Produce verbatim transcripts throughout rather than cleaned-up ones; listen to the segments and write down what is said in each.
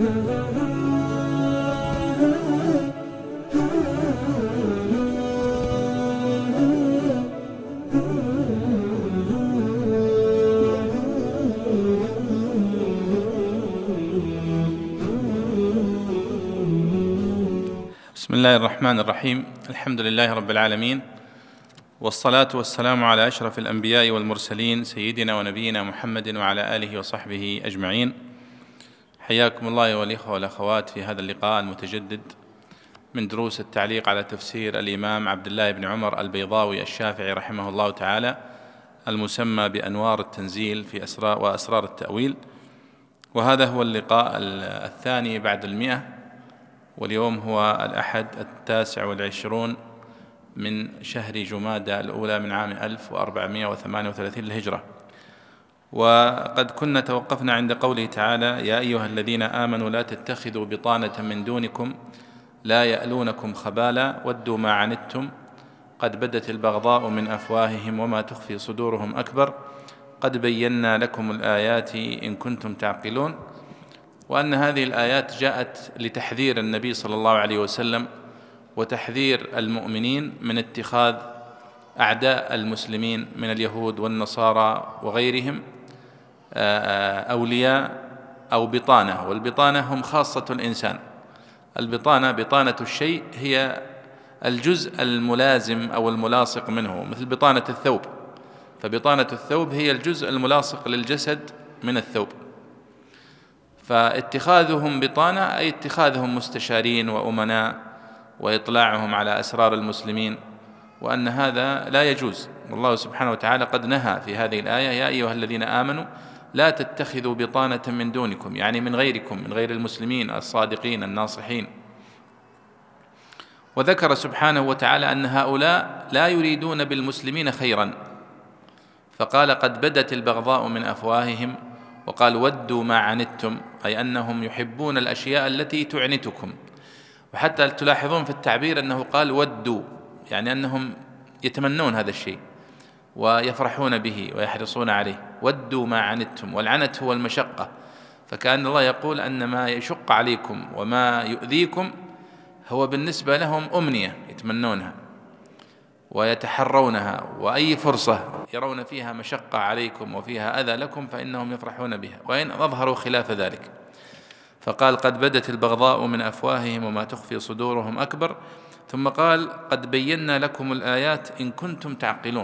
بسم الله الرحمن الرحيم. الحمد لله رب العالمين، والصلاة والسلام على أشرف الأنبياء والمرسلين سيدنا ونبينا محمد وعلى آله وصحبه أجمعين. حياكم الله والإخوة والأخوات في هذا اللقاء المتجدد من دروس التعليق على تفسير الإمام عبد الله بن عمر البيضاوي الشافعي رحمه الله تعالى، المسمى بأنوار التنزيل في أسرار وأسرار التأويل. وهذا هو اللقاء الثاني بعد المئة، واليوم هو الأحد التاسع والعشرون من شهر جمادى الأولى من عام ألف وأربعمائة وثمانية وثلاثين للهجرة. وقد كنا توقفنا عند قوله تعالى: يا أيها الذين آمنوا لا تتخذوا بطانة من دونكم لا يألونكم خبالا ودوا ما عنتم قد بدت البغضاء من أفواههم وما تخفي صدورهم أكبر قد بينا لكم الآيات إن كنتم تعقلون. وأن هذه الآيات جاءت لتحذير النبي صلى الله عليه وسلم وتحذير المؤمنين من اتخاذ أعداء المسلمين من اليهود والنصارى وغيرهم أولياء أو بطانة. والبطانة هم خاصة الإنسان. البطانة بطانة الشيء هي الجزء الملازم أو الملاصق منه، مثل بطانة الثوب، فبطانة الثوب هي الجزء الملاصق للجسد من الثوب. فاتخاذهم بطانة أي اتخاذهم مستشارين وأمناء وإطلاعهم على أسرار المسلمين، وأن هذا لا يجوز. والله سبحانه وتعالى قد نهى في هذه الآية: يا أيها الذين آمنوا لا تتخذوا بطانة من دونكم، يعني من غيركم، من غير المسلمين الصادقين الناصحين. وذكر سبحانه وتعالى أن هؤلاء لا يريدون بالمسلمين خيرا، فقال: قد بدت البغضاء من أفواههم، وقال: ودوا ما عنتم، أي أنهم يحبون الأشياء التي تعنتكم. وحتى تلاحظون في التعبير أنه قال ودوا، يعني أنهم يتمنون هذا الشيء ويفرحون به ويحرصون عليه. ودوا ما عنتم، والعنت هو المشقة، فكأن الله يقول أن ما يشق عليكم وما يؤذيكم هو بالنسبة لهم أمنية يتمنونها ويتحرونها، وأي فرصة يرون فيها مشقة عليكم وفيها أذى لكم فإنهم يفرحون بها، وإن أظهروا خلاف ذلك. فقال: قد بدت البغضاء من أفواههم وما تخفي صدورهم أكبر. ثم قال: قد بينا لكم الآيات إن كنتم تعقلون.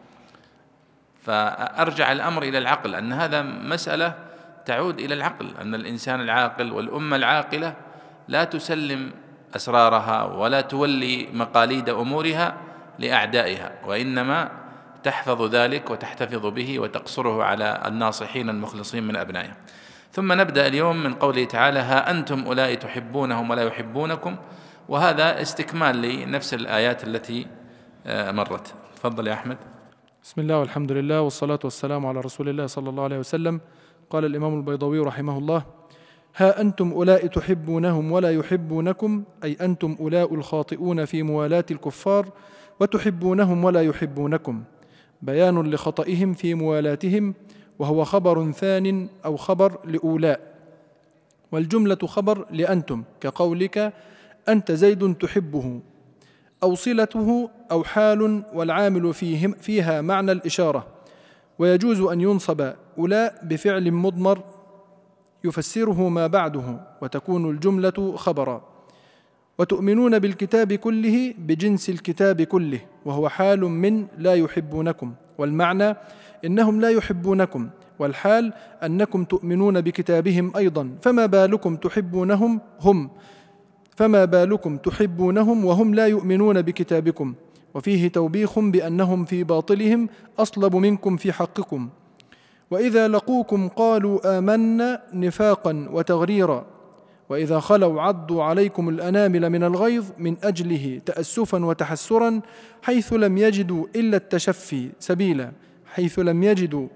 فأرجع الأمر إلى العقل، أن هذا مسألة تعود إلى العقل، أن الإنسان العاقل والأمة العاقلة لا تسلم أسرارها ولا تولي مقاليد أمورها لأعدائها، وإنما تحفظ ذلك وتحتفظ به وتقصره على الناصحين المخلصين من أبنائها. ثم نبدأ اليوم من قوله تعالى: ها أنتم أولئك تحبونهم ولا يحبونكم. وهذا استكمال لنفس الآيات التي مرت. تفضل يا أحمد. بسم الله والحمد لله والصلاة والسلام على رسول الله صلى الله عليه وسلم. قال الإمام البيضاوي رحمه الله: ها أنتم أولئك تحبونهم ولا يحبونكم، أي أنتم أولاء الخاطئون في موالاة الكفار وتحبونهم ولا يحبونكم، بيان لخطئهم في موالاتهم، وهو خبر ثان أو خبر لأولاء، والجملة خبر لأنتم، كقولك أنت زيد تحبه، أو صلته أو حال والعامل فيهم فيها معنى الإشارة. ويجوز أن ينصب أولاء بفعل مضمر يفسره ما بعده، وتكون الجملة خبرا. وتؤمنون بالكتاب كله بجنس الكتاب كله، وهو حال من لا يحبونكم، والمعنى إنهم لا يحبونكم، والحال أنكم تؤمنون بكتابهم أيضا، فما بالكم تحبونهم هم فما بالكم تحبونهم وهم لا يؤمنون بكتابكم. وفيه توبيخ بأنهم في باطلهم أصلب منكم في حقكم. وإذا لقوكم قالوا آمنا نفاقا وتغريرا، وإذا خلوا عضوا عليكم الأنامل من الغيظ من أجله تأسفا وتحسرا، حيث لم يجدوا إلا التشفي سبيلا حيث لم يجدوا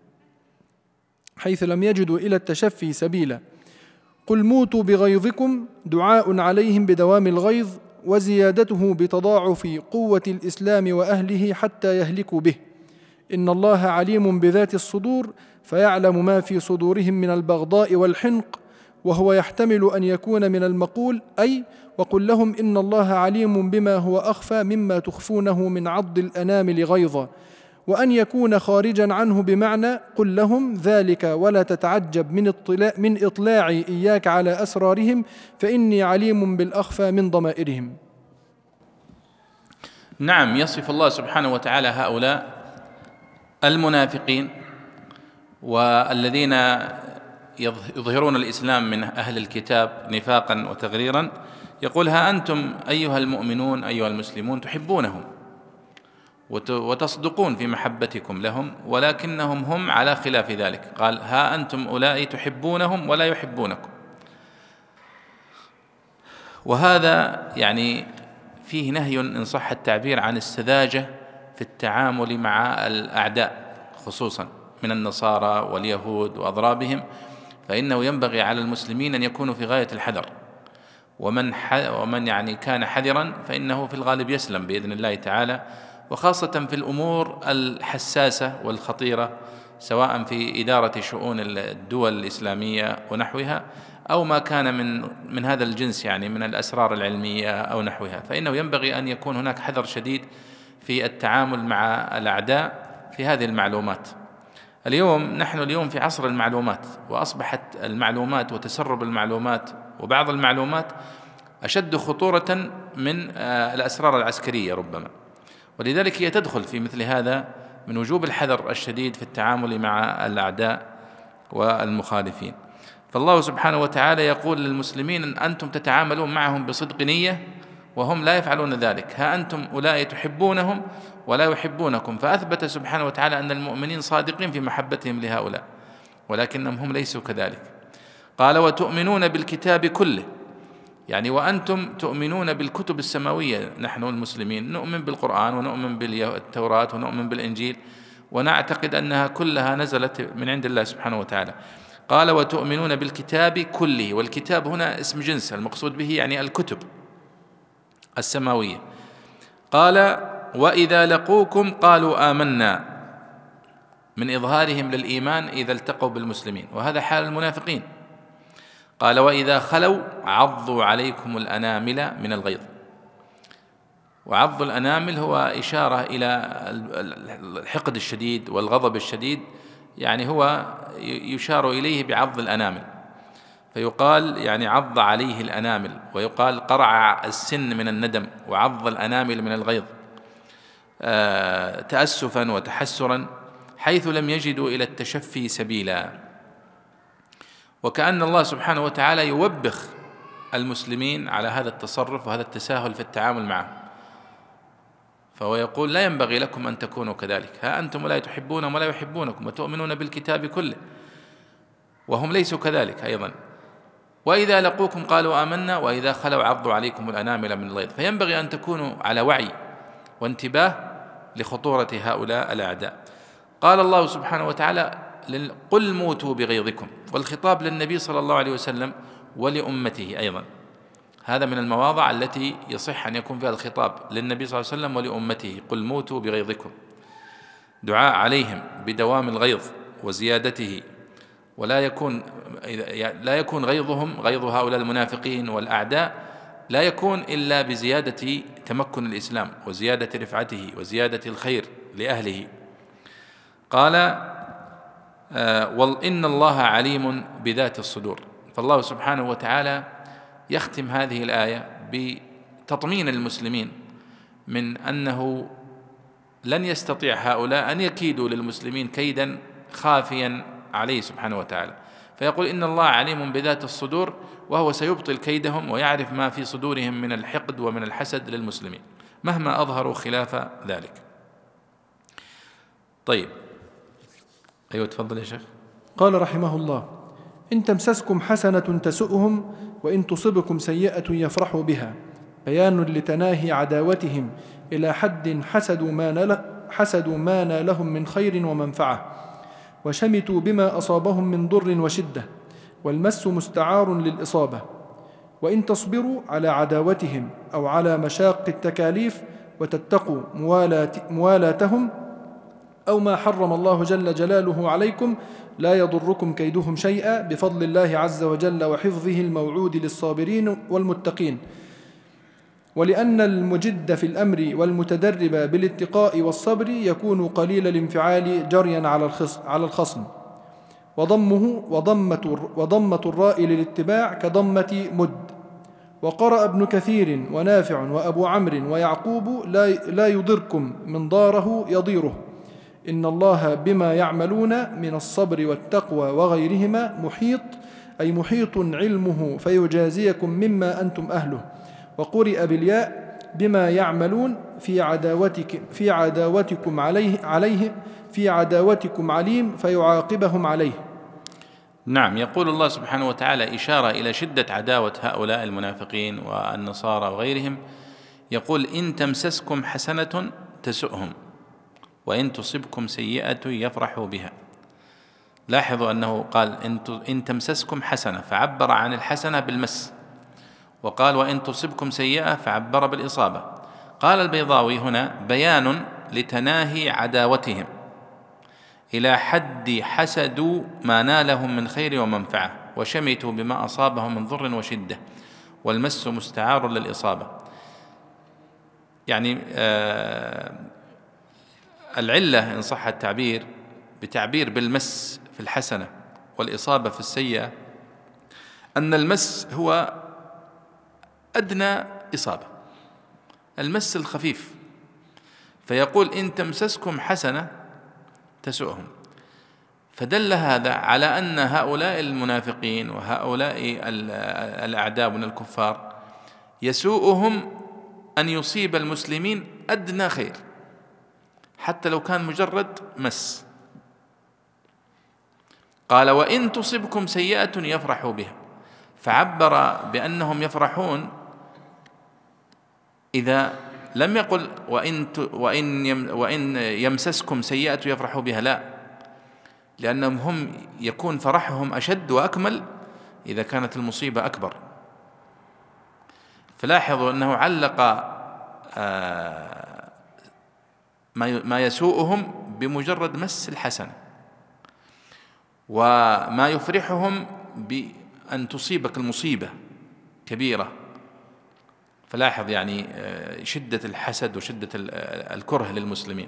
حيث لم يجدوا إلى التشفي سبيلا. قل موتوا بغيظكم دعاء عليهم بدوام الغيظ، وزيادته بتضاعف قوة الإسلام وأهله حتى يهلكوا به. إن الله عليم بذات الصدور، فيعلم ما في صدورهم من البغضاء والحنق، وهو يحتمل أن يكون من المقول أي وقل لهم إن الله عليم بما هو أخفى مما تخفونه من عض الأنامل غيظا، وأن يكون خارجا عنه بمعنى قل لهم ذلك ولا تتعجب من اطلاع من إطلاعي إياك على أسرارهم فإني عليم بالأخفى من ضمائرهم. نعم، يصف الله سبحانه وتعالى هؤلاء المنافقين والذين يظهرون الإسلام من أهل الكتاب نفاقا وتغريرا، يقول ها أنتم أيها المؤمنون أيها المسلمون تحبونهم وتصدقون في محبتكم لهم، ولكنهم هم على خلاف ذلك. قال ها أنتم أولئك تحبونهم ولا يحبونكم. وهذا يعني فيه نهي إن صح التعبير عن السذاجة في التعامل مع الأعداء، خصوصا من النصارى واليهود وأضرابهم، فإنه ينبغي على المسلمين أن يكونوا في غاية الحذر، ومن ومن يعني كان حذرا فإنه في الغالب يسلم بإذن الله تعالى، وخاصة في الأمور الحساسة والخطيرة، سواء في إدارة شؤون الدول الإسلامية ونحوها، أو ما كان من من هذا الجنس يعني من الأسرار العلمية أو نحوها، فإنه ينبغي أن يكون هناك حذر شديد في التعامل مع الأعداء في هذه المعلومات. اليوم نحن اليوم في عصر المعلومات، وأصبحت المعلومات وتسرب المعلومات وبعض المعلومات أشد خطورة من الأسرار العسكرية ربما، ولذلك هي تدخل في مثل هذا من وجوب الحذر الشديد في التعامل مع الأعداء والمخالفين. فالله سبحانه وتعالى يقول للمسلمين أن أنتم تتعاملون معهم بصدق نية وهم لا يفعلون ذلك، ها أنتم أولئك تحبونهم ولا يحبونكم، فأثبت سبحانه وتعالى أن المؤمنين صادقين في محبتهم لهؤلاء، ولكنهم هم ليسوا كذلك. قال وتؤمنون بالكتاب كله، يعني وأنتم تؤمنون بالكتب السماوية. نحن المسلمين نؤمن بالقرآن ونؤمن بالتوراة ونؤمن بالإنجيل، ونعتقد أنها كلها نزلت من عند الله سبحانه وتعالى. قال وتؤمنون بالكتاب كله، والكتاب هنا اسم جنس، المقصود به يعني الكتب السماوية. قال وإذا لقوكم قالوا آمنا، من إظهارهم للإيمان إذا التقوا بالمسلمين، وهذا حال المنافقين. قال وإذا خلوا عضوا عليكم الأنامل من الغيظ، وعض الأنامل هو إشارة إلى الحقد الشديد والغضب الشديد، يعني هو يشار إليه بعض الأنامل، فيقال يعني عض عليه الأنامل، ويقال قرع السن من الندم وعض الأنامل من الغيظ، تأسفا وتحسرا حيث لم يجدوا إلى التشفي سبيلا. وكأن الله سبحانه وتعالى يوبخ المسلمين على هذا التصرف وهذا التساهل في التعامل معه، فهو يقول لا ينبغي لكم أن تكونوا كذلك، ها أنتم لا تحبونهم ولا يحبونكم وتؤمنون بالكتاب كله، وهم ليسوا كذلك أيضا. وإذا لقوكم قالوا آمنا وإذا خلوا عضوا عليكم الأنامل من الغيظ، فينبغي أن تكونوا على وعي وانتباه لخطورة هؤلاء الأعداء. قال الله سبحانه وتعالى قل موتوا بغيظكم، والخطاب للنبي صلى الله عليه وسلم ولأمته أيضا، هذا من المواضع التي يصح أن يكون فيها الخطاب للنبي صلى الله عليه وسلم ولأمته، قل موتوا بغيظكم، دعاء عليهم بدوام الغيظ وزيادته، ولا يكون لا يكون غيظهم غيظ هؤلاء المنافقين والأعداء لا يكون إلا بزيادة تمكن الإسلام وزيادة رفعته وزيادة الخير لأهله. قال وإن الله عليم بذات الصدور، فالله سبحانه وتعالى يختم هذه الآية بتطمين المسلمين من أنه لن يستطيع هؤلاء أن يكيدوا للمسلمين كيدا خافيا عليه سبحانه وتعالى، فيقول إن الله عليم بذات الصدور، وهو سيبطل كيدهم ويعرف ما في صدورهم من الحقد ومن الحسد للمسلمين مهما أظهروا خلاف ذلك. طيب، أيوة تفضل يا شيخ. قال رحمه الله إن تمسسكم حسنة تسؤهم وإن تصبكم سيئة يفرحوا بها، بيان لتناهي عداوتهم إلى حد حسدوا ما نال حسدوا ما نالهم من خير ومنفعة، وشمتوا بما أصابهم من ضر وشدة، والمس مستعار للإصابة. وإن تصبروا على عداوتهم أو على مشاق التكاليف وتتقوا موالاتهم أو ما حرم الله جل جلاله عليكم لا يضركم كيدهم شيئا بفضل الله عز وجل وحفظه الموعود للصابرين والمتقين. ولأن المجد في الأمر والمتدرب بالاتقاء والصبر يكون قليل الانفعال جريا على الخصم، وضمه وضمة, وضمة الراء للاتباع كضمة مد. وقرأ ابن كثير ونافع وأبو عمرو ويعقوب لا, لا يضركم من ضاره يضيره، إن الله بما يعملون من الصبر والتقوى وغيرهما محيط، أي محيط علمه فيجازيكم مما أنتم أهله. وقرئ بالياء بما يعملون في عداوتك في عداوتكم عليه عليه في عداوتكم عليم فيعاقبهم عليه. نعم، يقول الله سبحانه وتعالى إشارة إلى شدة عداوة هؤلاء المنافقين والنصارى وغيرهم، يقول: إن تمسسكم حسنة تسؤهم وإن تصبكم سيئة يفرحوا بها. لاحظوا أنه قال إن تمسسكم حسنة فعبر عن الحسنة بالمس، وقال وإن تصبكم سيئة فعبر بالإصابة. قال البيضاوي هنا بيان لتناهي عداوتهم إلى حد حسدوا ما نالهم من خير ومنفعة وشمتوا بما أصابهم من ضر وشدة، والمس مستعار للإصابة. يعني آه العلة إن صح التعبير بتعبير بالمس في الحسنة والإصابة في السيئة أن المس هو أدنى إصابة، المس الخفيف. فيقول إن تمسسكم حسنة تسؤهم، فدل هذا على أن هؤلاء المنافقين وهؤلاء الأعداء من الكفار يسوءهم أن يصيب المسلمين أدنى خير حتى لو كان مجرد مس. قال وإن تصبكم سيئة يفرحوا بها، فعبر بأنهم يفرحون إذا لم يقل وإن, وإن, وإن يمسسكم سيئة يفرحوا بها، لا، لأنهم هم يكون فرحهم أشد وأكمل إذا كانت المصيبة أكبر. فلاحظوا أنه علق ما يسوءهم بمجرد مس الحسنة، وما يفرحهم بأن تصيبك المصيبة كبيرة. فلاحظ يعني شدة الحسد وشدة الكره للمسلمين.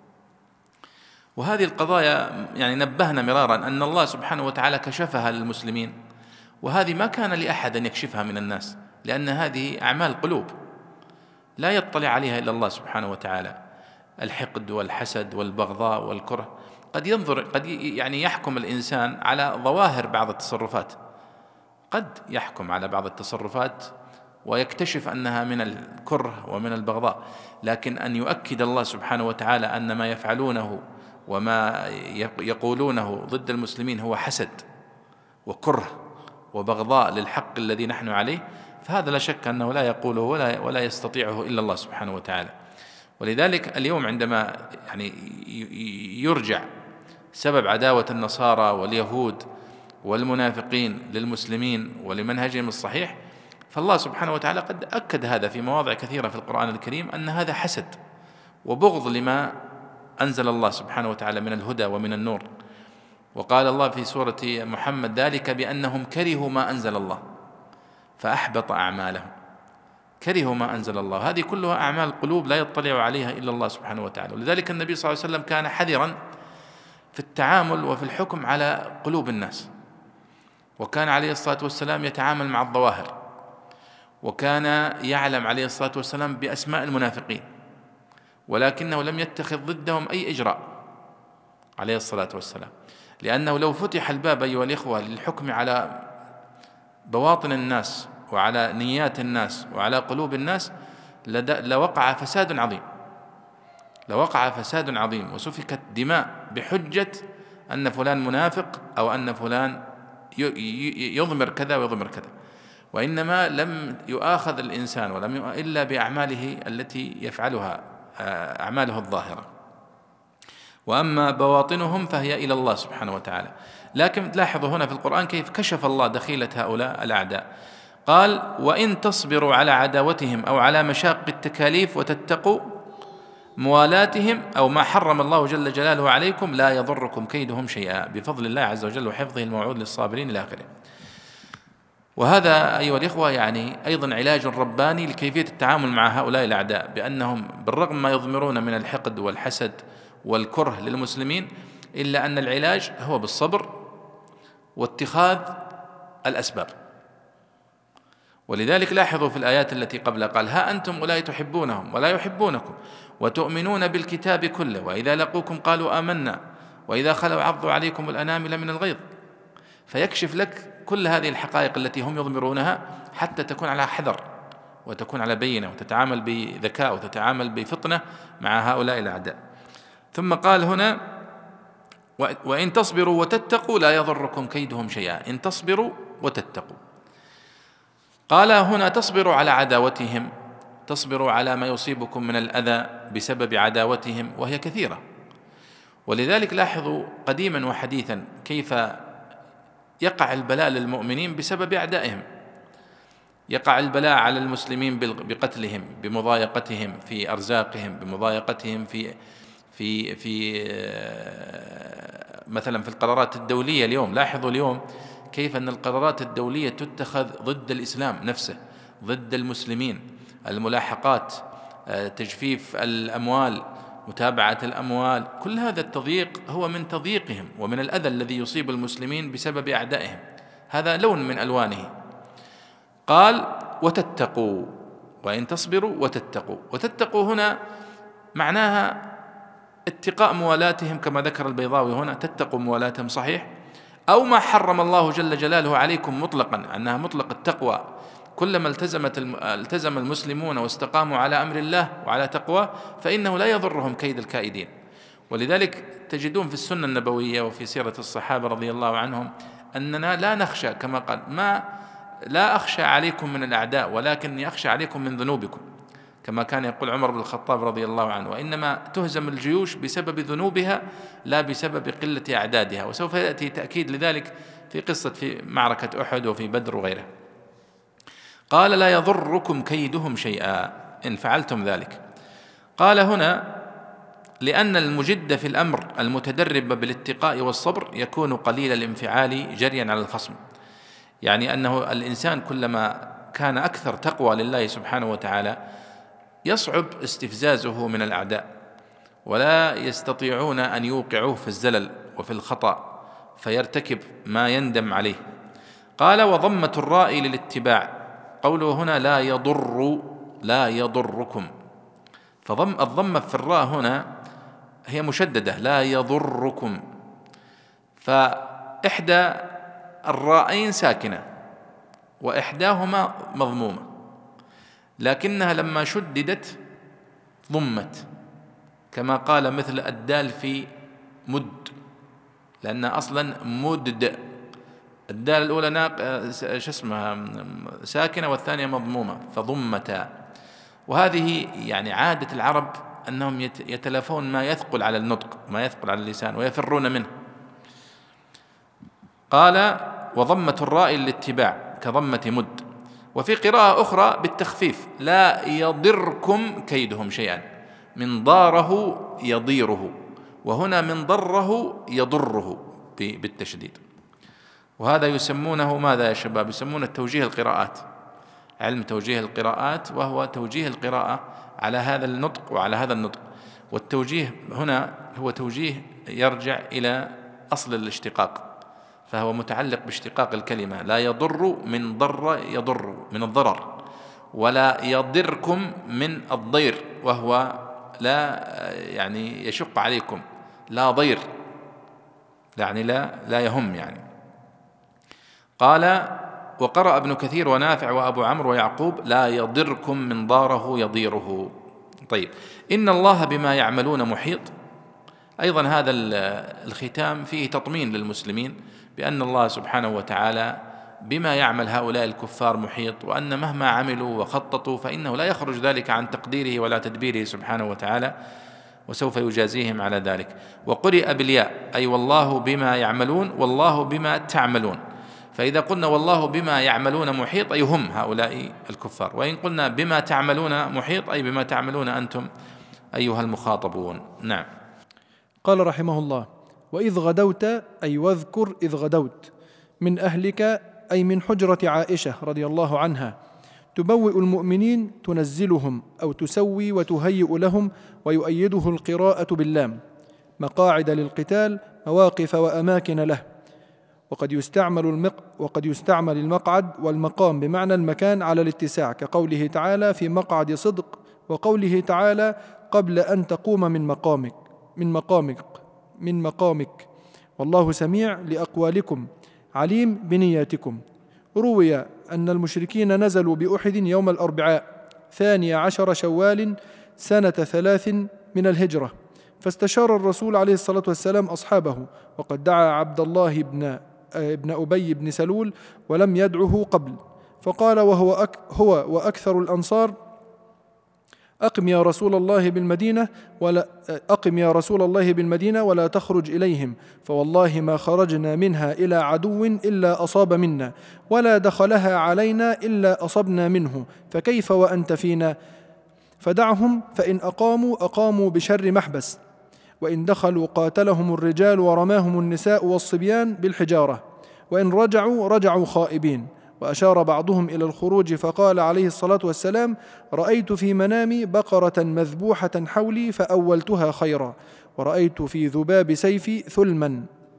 وهذه القضايا يعني نبهنا مرارا أن الله سبحانه وتعالى كشفها للمسلمين، وهذه ما كان لأحد أن يكشفها من الناس، لأن هذه أعمال قلوب لا يطلع عليها إلا الله سبحانه وتعالى. الحقد والحسد والبغضاء والكره قد ينظر قد يعني يحكم الإنسان على ظواهر بعض التصرفات، قد يحكم على بعض التصرفات ويكتشف أنها من الكره ومن البغضاء، لكن أن يؤكد الله سبحانه وتعالى أن ما يفعلونه وما يقولونه ضد المسلمين هو حسد وكره وبغضاء للحق الذي نحن عليه، فهذا لا شك أنه لا يقوله ولا ولا يستطيعه إلا الله سبحانه وتعالى. ولذلك اليوم عندما يعني يرجع سبب عداوة النصارى واليهود والمنافقين للمسلمين ولمنهجهم الصحيح، فالله سبحانه وتعالى قد أكد هذا في مواضع كثيرة في القرآن الكريم، أن هذا حسد وبغض لما أنزل الله سبحانه وتعالى من الهدى ومن النور. وقال الله في سورة محمد ذلك بأنهم كرهوا ما أنزل الله فأحبط أعمالهم. كرهوا ما أنزل الله، هذه كلها أعمال قلوب لا يطلع عليها إلا الله سبحانه وتعالى. ولذلك النبي صلى الله عليه وسلم كان حذرا في التعامل وفي الحكم على قلوب الناس، وكان عليه الصلاة والسلام يتعامل مع الظواهر، وكان يعلم عليه الصلاة والسلام بأسماء المنافقين، ولكنه لم يتخذ ضدهم أي إجراء عليه الصلاة والسلام، لأنه لو فتح الباب أيها الإخوة للحكم على بواطن الناس وعلى نيات الناس وعلى قلوب الناس لوقع فساد عظيم لوقع فساد عظيم وسفكت دماء بحجة أن فلان منافق أو أن فلان يضمر كذا ويضمر كذا. وإنما لم يؤاخذ الإنسان ولم إلا بأعماله التي يفعلها، أعماله الظاهرة، وأما بواطنهم فهي إلى الله سبحانه وتعالى. لكن لاحظوا هنا في القرآن كيف كشف الله دخيلة هؤلاء الأعداء. قال وإن تصبروا على عداوتهم أو على مشاق التكاليف وتتقوا موالاتهم أو ما حرم الله جل جلاله عليكم لا يضركم كيدهم شيئا بفضل الله عز وجل وحفظه الموعود للصابرين إلى آخره. وهذا أيها الإخوة يعني أيضا علاج رباني لكيفية التعامل مع هؤلاء الأعداء، بأنهم بالرغم ما يضمرون من الحقد والحسد والكره للمسلمين إلا أن العلاج هو بالصبر واتخاذ الأسباب. ولذلك لاحظوا في الآيات التي قبل قال ها أنتم أولئك تحبونهم ولا يحبونكم وتؤمنون بالكتاب كله وإذا لقوكم قالوا آمنا وإذا خلوا عضوا عليكم الأنامل من الغيظ، فيكشف لك كل هذه الحقائق التي هم يضمرونها حتى تكون على حذر وتكون على بينة وتتعامل بذكاء وتتعامل بفطنة مع هؤلاء الأعداء. ثم قال هنا وإن تصبروا وتتقوا لا يضركم كيدهم شيئا، إن تصبروا وتتقوا. قال هنا تصبروا على عداوتهم، تصبروا على ما يصيبكم من الأذى بسبب عداوتهم وهي كثيرة. ولذلك لاحظوا قديما وحديثا كيف يقع البلاء للمؤمنين بسبب أعدائهم، يقع البلاء على المسلمين بقتلهم، بمضايقتهم في أرزاقهم، بمضايقتهم في في في مثلا في القرارات الدولية. اليوم لاحظوا اليوم كيف أن القرارات الدولية تتخذ ضد الإسلام نفسه، ضد المسلمين، الملاحقات، تجفيف الأموال، متابعة الأموال، كل هذا التضييق هو من تضييقهم ومن الأذى الذي يصيب المسلمين بسبب أعدائهم، هذا لون من ألوانه. قال وتتقوا، وإن تصبروا وتتقوا. وتتقوا هنا معناها اتقاء موالاتهم كما ذكر البيضاوي هنا، تتقوا موالاتهم صحيح، أو ما حرم الله جل جلاله عليكم مطلقا، أنها مطلق التقوى، كلما التزمت التزم المسلمون واستقاموا على أمر الله وعلى تقوى فإنه لا يضرهم كيد الكائدين. ولذلك تجدون في السنة النبوية وفي سيرة الصحابة رضي الله عنهم أننا لا نخشى، كما قال ما لا أخشى عليكم من الأعداء ولكني أخشى عليكم من ذنوبكم، كما كان يقول عمر بن الخطاب رضي الله عنه، وإنما تهزم الجيوش بسبب ذنوبها لا بسبب قلة أعدادها. وسوف يأتي تأكيد لذلك في قصة في معركة أحد وفي بدر وغيرها. قال لا يضركم كيدهم شيئا إن فعلتم ذلك. قال هنا لأن المجد في الأمر المتدرب بالاتقاء والصبر يكون قليل الانفعال جريا على الخصم، يعني أنه الإنسان كلما كان أكثر تقوى لله سبحانه وتعالى يصعب استفزازه من الأعداء، ولا يستطيعون أن يوقعوه في الزلل وفي الخطأ فيرتكب ما يندم عليه. قال وضمة الراء للاتباع، قوله هنا لا يضر لا يضركم، فضم الضمة في الراء هنا هي مشددة لا يضركم، فإحدى الراءين ساكنة وإحداهما مضمومة، لكنها لما شددت ضمت، كما قال مثل الدال في مد، لأن أصلا مدد الدال الأولى ناق شو اسمها ساكنة والثانية مضمومة فضمتا. وهذه يعني عادة العرب أنهم يتلافون ما يثقل على النطق، ما يثقل على اللسان ويفرون منه. قال وضمة الراء للاتباع كضمة مد. وفي قراءة أخرى بالتخفيف لا يضركم كيدهم شيئا، من ضاره يضيره، وهنا من ضره يضره بالتشديد. وهذا يسمونه ماذا يا شباب؟ يسمونه توجيه القراءات، علم توجيه القراءات، وهو توجيه القراءة على هذا النطق وعلى هذا النطق. والتوجيه هنا هو توجيه يرجع إلى أصل الاشتقاق، فهو متعلق باشتقاق الكلمة. لا يضر من ضر يضر من الضرر، ولا يضركم من الضير وهو لا يعني يشق عليكم، لا ضير يعني لا لا يهم يعني. قال وقرأ ابن كثير ونافع وأبو عمرو ويعقوب لا يضركم من ضاره يضيره. طيب إن الله بما يعملون محيط. أيضا هذا الختام فيه تطمين للمسلمين بأن الله سبحانه وتعالى بما يعمل هؤلاء الكفار محيط، وأن مهما عملوا وخططوا فإنه لا يخرج ذلك عن تقديره ولا تدبيره سبحانه وتعالى، وسوف يجازيهم على ذلك. وقرئ بالياء أي والله بما يعملون والله بما تعملون، فإذا قلنا والله بما يعملون محيط أي هم هؤلاء الكفار، وإن قلنا بما تعملون محيط أي بما تعملون أنتم أيها المخاطبون. نعم. قال رحمه الله: وإذ غدوت أي واذكر إذ غدوت من أهلك أي من حجرة عائشة رضي الله عنها، تبوئ المؤمنين تنزلهم أو تسوي وتهيئ لهم، ويؤيده القراءة باللام، مقاعد للقتال مواقف وأماكن له. وقد يستعمل المق وقد يستعمل المقعد والمقام بمعنى المكان على الاتساع، كقوله تعالى في مقعد صدق، وقوله تعالى قبل أن تقوم من مقامك من مقامك من مقامك والله سميع لأقوالكم عليم بنياتكم. روي أن المشركين نزلوا بأحد يوم الأربعاء ثاني عشر شوال سنة ثلاث من الهجرة، فاستشار الرسول عليه الصلاة والسلام أصحابه، وقد دعا عبد الله بن ابن أبي بن سلول ولم يدعه قبل، فقال وهو أك هو وأكثر الأنصار: أقم يا رسول الله بالمدينة ولا أقم يا رسول الله بالمدينة ولا تخرج إليهم، فوالله ما خرجنا منها إلى عدو إلا أصاب منا، ولا دخلها علينا إلا أصبنا منه، فكيف وأنت فينا؟ فدعهم، فإن أقاموا أقاموا بشر محبس، وإن دخلوا قاتلهم الرجال ورماهم النساء والصبيان بالحجارة، وإن رجعوا رجعوا خائبين. وأشار بعضهم إلى الخروج، فقال عليه الصلاة والسلام: رأيت في منامي بقرة مذبوحة حولي فأولتها خيرا، ورأيت في ذباب سيفي ثلما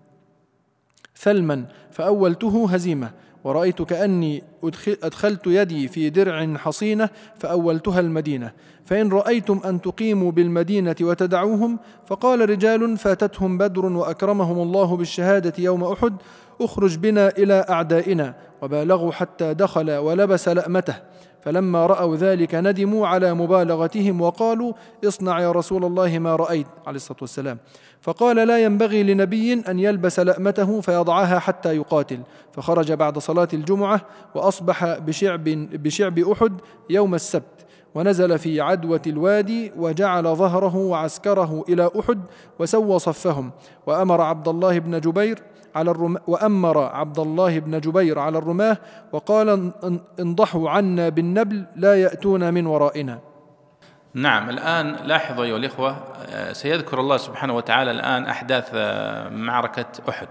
ثلما فأولته هزيمة، ورأيت كأني أدخلت يدي في درع حصينة فأولتها المدينة، فإن رأيتم أن تقيموا بالمدينة وتدعوهم. فقال رجال فاتتهم بدر وأكرمهم الله بالشهادة يوم أحد: أخرج بنا إلى أعدائنا، وبالغوا حتى دخل ولبس لأمته، فلما رأوا ذلك ندموا على مبالغتهم وقالوا: اصنع يا رسول الله ما رأيت عليه الصلاة والسلام. فقال: لا ينبغي لنبي أن يلبس لأمته فيضعها حتى يقاتل. فخرج بعد صلاة الجمعة، وأصبح بشعب, بشعب أحد يوم السبت، ونزل في عدوة الوادي، وجعل ظهره وعسكره إلى أحد، وسوى صفهم، وأمر عبد الله بن جبير على الرماة وأمر عبد الله بن جبير على الرماة، وقال: انضحوا عنا بالنبل لا يأتون من ورائنا. نعم. الآن لاحظوا أيها الإخوة، سيذكر الله سبحانه وتعالى الآن أحداث معركة أحد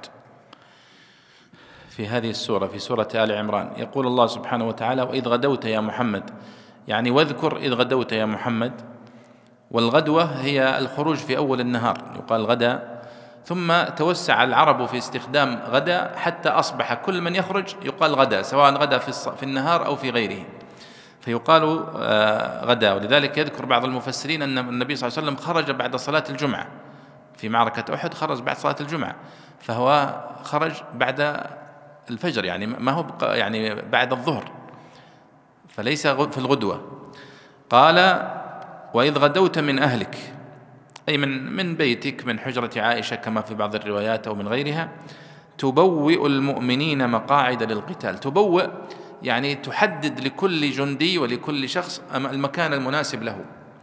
في هذه السورة، في سورة آل عمران. يقول الله سبحانه وتعالى: وإذ غدوت يا محمد، يعني واذكر إذ غدوت يا محمد. والغدوة هي الخروج في أول النهار، يقال غدا، ثم توسع العرب في استخدام غدا حتى أصبح كل من يخرج يقال غدا، سواء غدا في النهار أو في غيره، فيقال غدا. ولذلك يذكر بعض المفسرين أن النبي صلى الله عليه وسلم خرج بعد صلاة الجمعة في معركة أحد، خرج بعد صلاة الجمعة، فهو خرج بعد الفجر، يعني ما هو يعني بعد الظهر، فليس في الغدوة. قال: وإذ غدوت من أهلك، أي من من بيتك، من حجرة عائشة كما في بعض الروايات أو من غيرها، تبوئ المؤمنين مقاعد للقتال. تبوئ يعني تحدد لكل جندي ولكل شخص المكان المناسب له.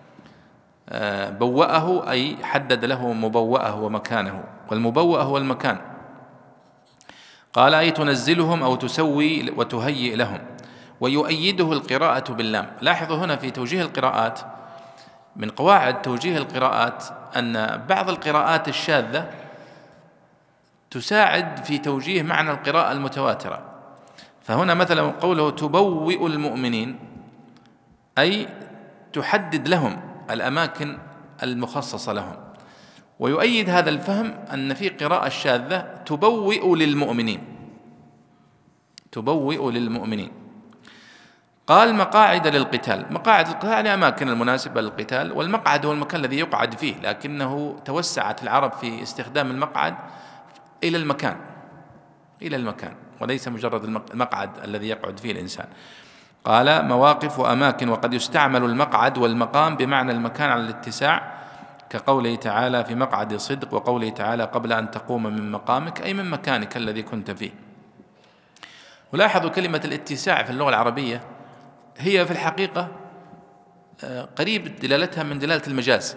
بوأه أي حدد له مبوأه ومكانه، والمبوأ هو المكان. قال: أي تنزلهم أو تسوي وتهيئ لهم، ويؤيده القراءة باللام. لاحظوا هنا في توجيه القراءات، من قواعد توجيه القراءات أن بعض القراءات الشاذة تساعد في توجيه معنى القراءة المتواترة. فهنا مثلا قوله تبوئ المؤمنين، أي تحدد لهم الأماكن المخصصة لهم. ويؤيد هذا الفهم أن في قراءة شاذة تبوئ للمؤمنين، تبوئ للمؤمنين. قال: مقاعد للقتال. مقاعد القتال أماكن المناسبة للقتال، والمقعد هو المكان الذي يقعد فيه، لكنه توسعت العرب في استخدام المقعد إلى المكان، إلى المكان، وليس مجرد المقعد الذي يقعد فيه الإنسان. قال: مواقف وأماكن. وقد يستعمل المقعد والمقام بمعنى المكان على الاتساع، كقوله تعالى في مقعد صدق، وقوله تعالى قبل أن تقوم من مقامك، أي من مكانك الذي كنت فيه. ولاحظوا كلمة الاتساع في اللغة العربية هي في الحقيقة قريب دلالتها من دلالة المجاز،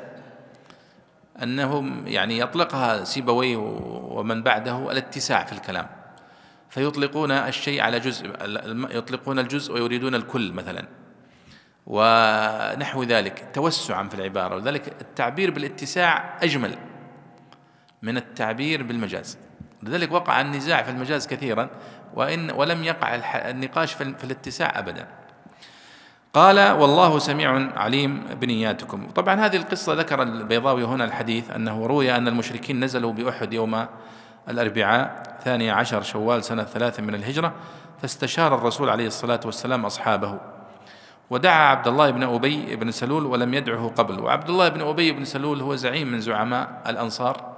أنهم يعني يطلقها سيبويه ومن بعده الاتساع في الكلام، فيطلقون الشيء على جزء، يطلقون الجزء ويريدون الكل مثلا، ونحو ذلك توسعا في العبارة، ولذلك التعبير بالاتساع أجمل من التعبير بالمجاز. لذلك وقع النزاع في المجاز كثيرا، وإن ولم يقع النقاش في الاتساع أبدا. قال والله سميع عليم بنياتكم. طبعا هذه القصة ذكر البيضاوي هنا الحديث أنه روي أن المشركين نزلوا بأحد يوم الأربعاء ثاني عشر شوال سنة ثلاث من الهجرة، فاستشار الرسول عليه الصلاة والسلام أصحابه، ودعا عبد الله بن أبي بن سلول ولم يدعه قبل. وعبد الله بن أبي بن سلول هو زعيم من زعماء الأنصار،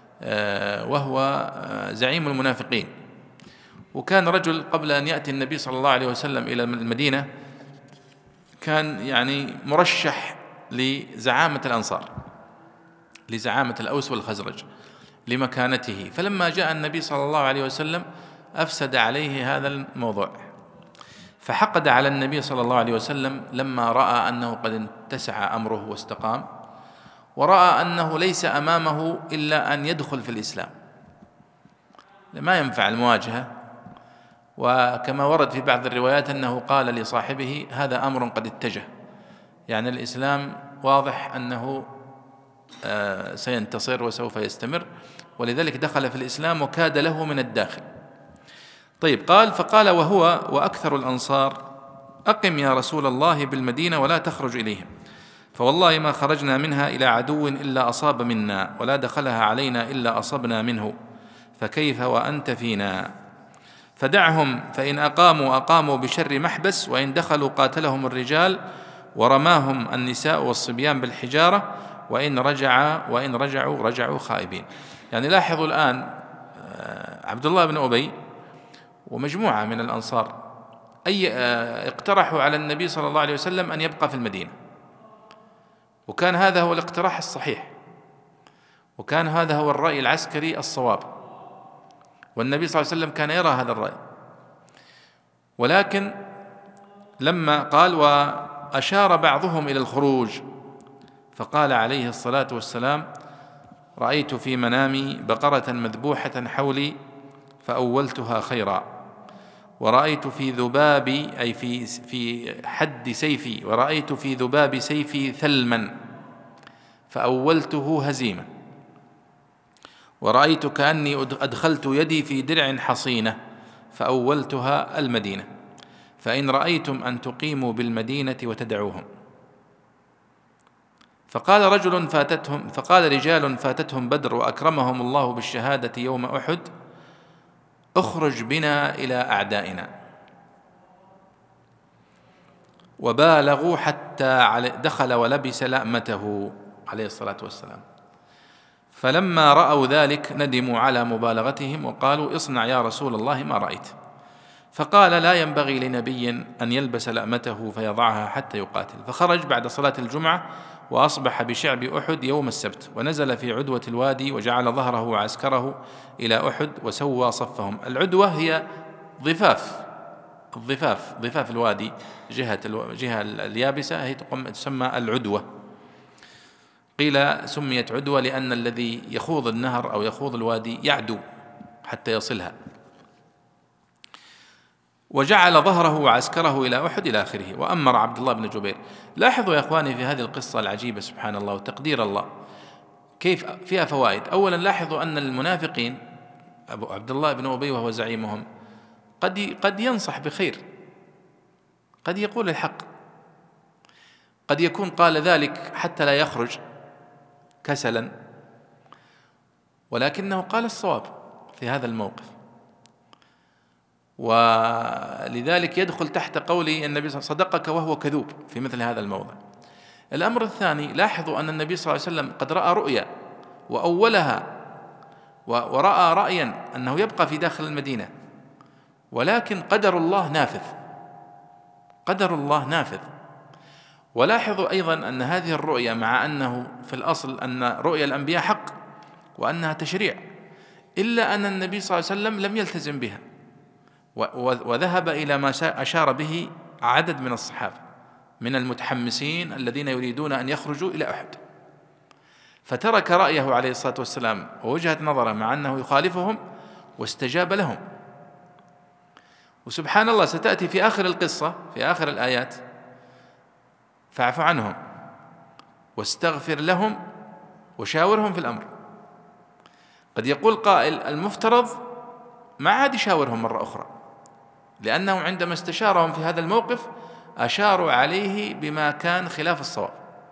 وهو زعيم المنافقين، وكان رجل قبل أن يأتي النبي صلى الله عليه وسلم إلى المدينة كان يعني مرشح لزعامة الأنصار، لزعامة الأوس والخزرج لمكانته، فلما جاء النبي صلى الله عليه وسلم أفسد عليه هذا الموضوع، فحقد على النبي صلى الله عليه وسلم لما رأى أنه قد اتسع أمره واستقام، ورأى أنه ليس أمامه إلا أن يدخل في الإسلام، ما ينفع المواجهة. وكما ورد في بعض الروايات أنه قال لصاحبه هذا أمر قد اتجه، يعني الإسلام واضح أنه سينتصر وسوف يستمر، ولذلك دخل في الإسلام وكاد له من الداخل. طيب، قال فقال وهو وأكثر الأنصار أقم يا رسول الله بالمدينة ولا تخرج إليهم، فوالله ما خرجنا منها إلى عدو إلا أصاب منا، ولا دخلها علينا إلا أصبنا منه، فكيف وأنت فينا؟ فدعهم، فإن أقاموا أقاموا بشر محبس، وإن دخلوا قاتلهم الرجال ورماهم النساء والصبيان بالحجارة، وإن رجع وإن رجعوا رجعوا خائبين. يعني لاحظوا الآن عبد الله بن أبي ومجموعة من الأنصار أي اقترحوا على النبي صلى الله عليه وسلم أن يبقى في المدينة، وكان هذا هو الاقتراح الصحيح، وكان هذا هو الرأي العسكري الصواب، والنبي صلى الله عليه وسلم كان يرى هذا الرأي. ولكن لما قال وأشار بعضهم إلى الخروج، فقال عليه الصلاة والسلام رأيت في منامي بقرة مذبوحة حولي فأولتها خيرا، ورأيت في ذبابي أي في في حد سيفي ورأيت في ذباب سيفي ثلما فأولته هزيمة، ورأيت كأني أدخلت يدي في درع حصينة فأولتها المدينة، فإن رأيتم أن تقيموا بالمدينة وتدعوهم. فقال رجل فاتتهم فقال رجال فاتتهم بدر وأكرمهم الله بالشهادة يوم أحد اخرج بنا إلى أعدائنا، وبالغوا حتى دخل ولبس لأمته عليه الصلاة والسلام، فلما رأوا ذلك ندموا على مبالغتهم وقالوا اصنع يا رسول الله ما رأيت. فقال لا ينبغي لنبي أن يلبس لأمته فيضعها حتى يقاتل. فخرج بعد صلاة الجمعة وأصبح بشعب أحد يوم السبت، ونزل في عدوة الوادي وجعل ظهره وعسكره إلى أحد وسوى صفهم. العدوة هي ضفاف الضفاف ضفاف الوادي، جهة الجهة اليابسة هي تسمى العدوة. قيل سميت عدوة لأن الذي يخوض النهر أو يخوض الوادي يعدو حتى يصلها. وجعل ظهره وعسكره إلى أحد إلى آخره، وأمر عبد الله بن جبير. لاحظوا يا إخواني في هذه القصة العجيبة سبحان الله وتقدير الله كيف فيها فوائد. أولا لاحظوا أن المنافقين أبو عبد الله بن أبي وهو زعيمهم قد قد ينصح بخير، قد يقول الحق، قد يكون قال ذلك حتى لا يخرج كسلا، ولكنه قال الصواب في هذا الموقف، ولذلك يدخل تحت قول النبي صلى الله عليه وسلم صدقك وهو كذوب في مثل هذا الموضع. الأمر الثاني، لاحظوا أن النبي صلى الله عليه وسلم قد رأى رؤيا وأولها، ورأى رأيا أنه يبقى في داخل المدينة، ولكن قدر الله نافذ، قدر الله نافذ. ولاحظوا أيضا أن هذه الرؤيا مع أنه في الأصل أن رؤيا الأنبياء حق وأنها تشريع، إلا أن النبي صلى الله عليه وسلم لم يلتزم بها، وذهب إلى ما أشار به عدد من الصحابة من المتحمسين الذين يريدون أن يخرجوا إلى أحد، فترك رأيه عليه الصلاة والسلام ووجهة نظره مع أنه يخالفهم واستجاب لهم. وسبحان الله ستأتي في آخر القصة في آخر الآيات فاعف عنهم واستغفر لهم وشاورهم في الأمر. قد يقول قائل المفترض ما عاد يشاورهم مرة أخرى، لأنهم عندما استشارهم في هذا الموقف أشاروا عليه بما كان خلاف الصواب،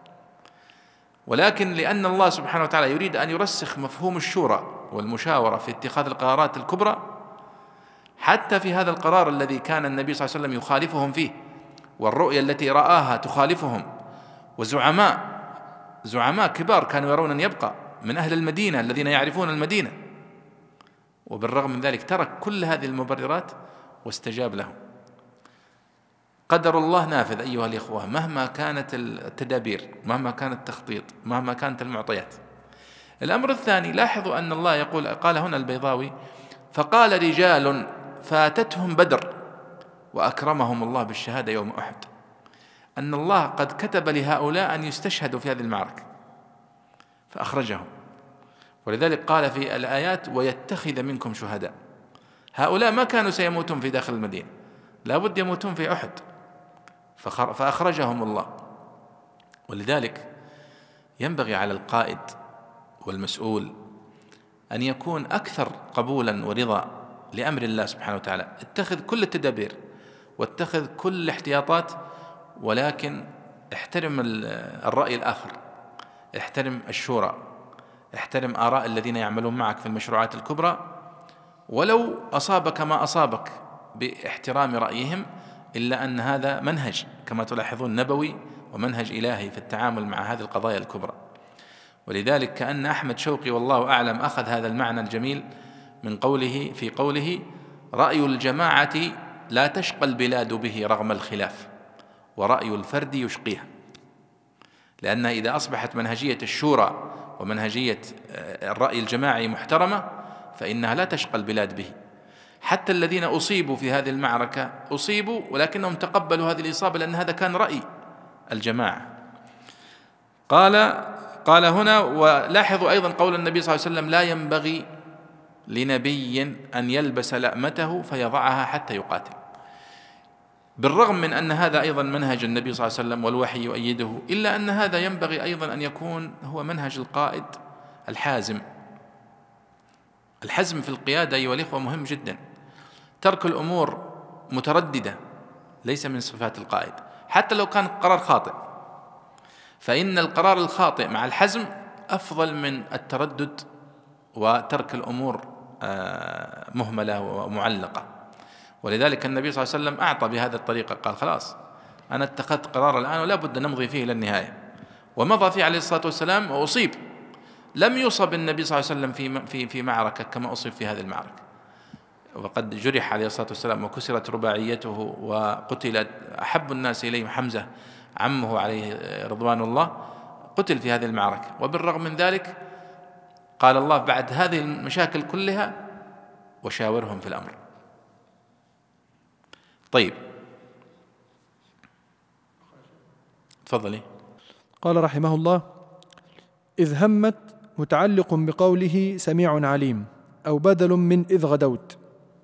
ولكن لأن الله سبحانه وتعالى يريد أن يرسخ مفهوم الشورى والمشاورة في اتخاذ القرارات الكبرى، حتى في هذا القرار الذي كان النبي صلى الله عليه وسلم يخالفهم فيه، والرؤية التي رآها تخالفهم، وزعماء زعماء كبار كانوا يرون أن يبقى من أهل المدينة الذين يعرفون المدينة، وبالرغم من ذلك ترك كل هذه المبررات واستجاب لهم. قدر الله نافذ أيها الإخوة، مهما كانت التدابير، مهما كان التخطيط، مهما كانت المعطيات. الأمر الثاني، لاحظوا أن الله يقول، قال هنا البيضاوي: فقال رجال فاتتهم بدر وأكرمهم الله بالشهادة يوم أحد، أن الله قد كتب لهؤلاء أن يستشهدوا في هذه المعركة فأخرجهم، ولذلك قال في الآيات: ويتخذ منكم شهداء. هؤلاء ما كانوا سيموتون في داخل المدينة، لا بد يموتون في أحد، فأخرجهم الله. ولذلك ينبغي على القائد والمسؤول أن يكون أكثر قبولا ورضا لأمر الله سبحانه وتعالى. اتخذ كل التدابير واتخذ كل الاحتياطات، ولكن احترم الرأي الآخر، احترم الشورى، احترم آراء الذين يعملون معك في المشروعات الكبرى، ولو أصابك ما أصابك باحترام رأيهم، إلا أن هذا منهج كما تلاحظون نبوي ومنهج إلهي في التعامل مع هذه القضايا الكبرى. ولذلك كأن أحمد شوقي والله أعلم أخذ هذا المعنى الجميل من قوله في قوله: رأي الجماعة لا تشقى البلاد به رغم الخلاف، ورأي الفرد يشقيها. لأن إذا أصبحت منهجية الشورى ومنهجية الرأي الجماعي محترمة فإنها لا تشقى البلاد به. حتى الذين أصيبوا في هذه المعركة أصيبوا ولكنهم تقبلوا هذه الإصابة لأن هذا كان رأي الجماعة. قال قال هنا: ولاحظوا أيضا قول النبي صلى الله عليه وسلم: لا ينبغي لنبي أن يلبس لأمته فيضعها حتى يقاتل. بالرغم من أن هذا أيضا منهج النبي صلى الله عليه وسلم والوحي يؤيده، إلا أن هذا ينبغي أيضا أن يكون هو منهج القائد الحازم. الحزم في القيادة أيها الإخوة مهم جدا. ترك الأمور مترددة ليس من صفات القائد، حتى لو كان قرار خاطئ، فإن القرار الخاطئ مع الحزم أفضل من التردد وترك الأمور مهملة ومعلقة. ولذلك النبي صلى الله عليه وسلم أعطى بهذه الطريقة، قال: خلاص أنا اتخذت قرار الآن ولا بد نمضي فيه إلى النهاية، ومضى فيه عليه الصلاة والسلام وأصيب. لم يصب النبي صلى الله عليه وسلم في في في معركة كما أصيب في هذه المعركة، وقد جرح عليه الصلاة والسلام وكسرت رباعيته وقتل أحب الناس إليه حمزة عمه عليه رضوان الله، قتل في هذه المعركة. وبالرغم من ذلك قال الله بعد هذه المشاكل كلها: وشاورهم في الأمر. طيب تفضلي. قال رحمه الله: إذ همت متعلق بقوله سميع عليم، أو بدل من إذ غدوت.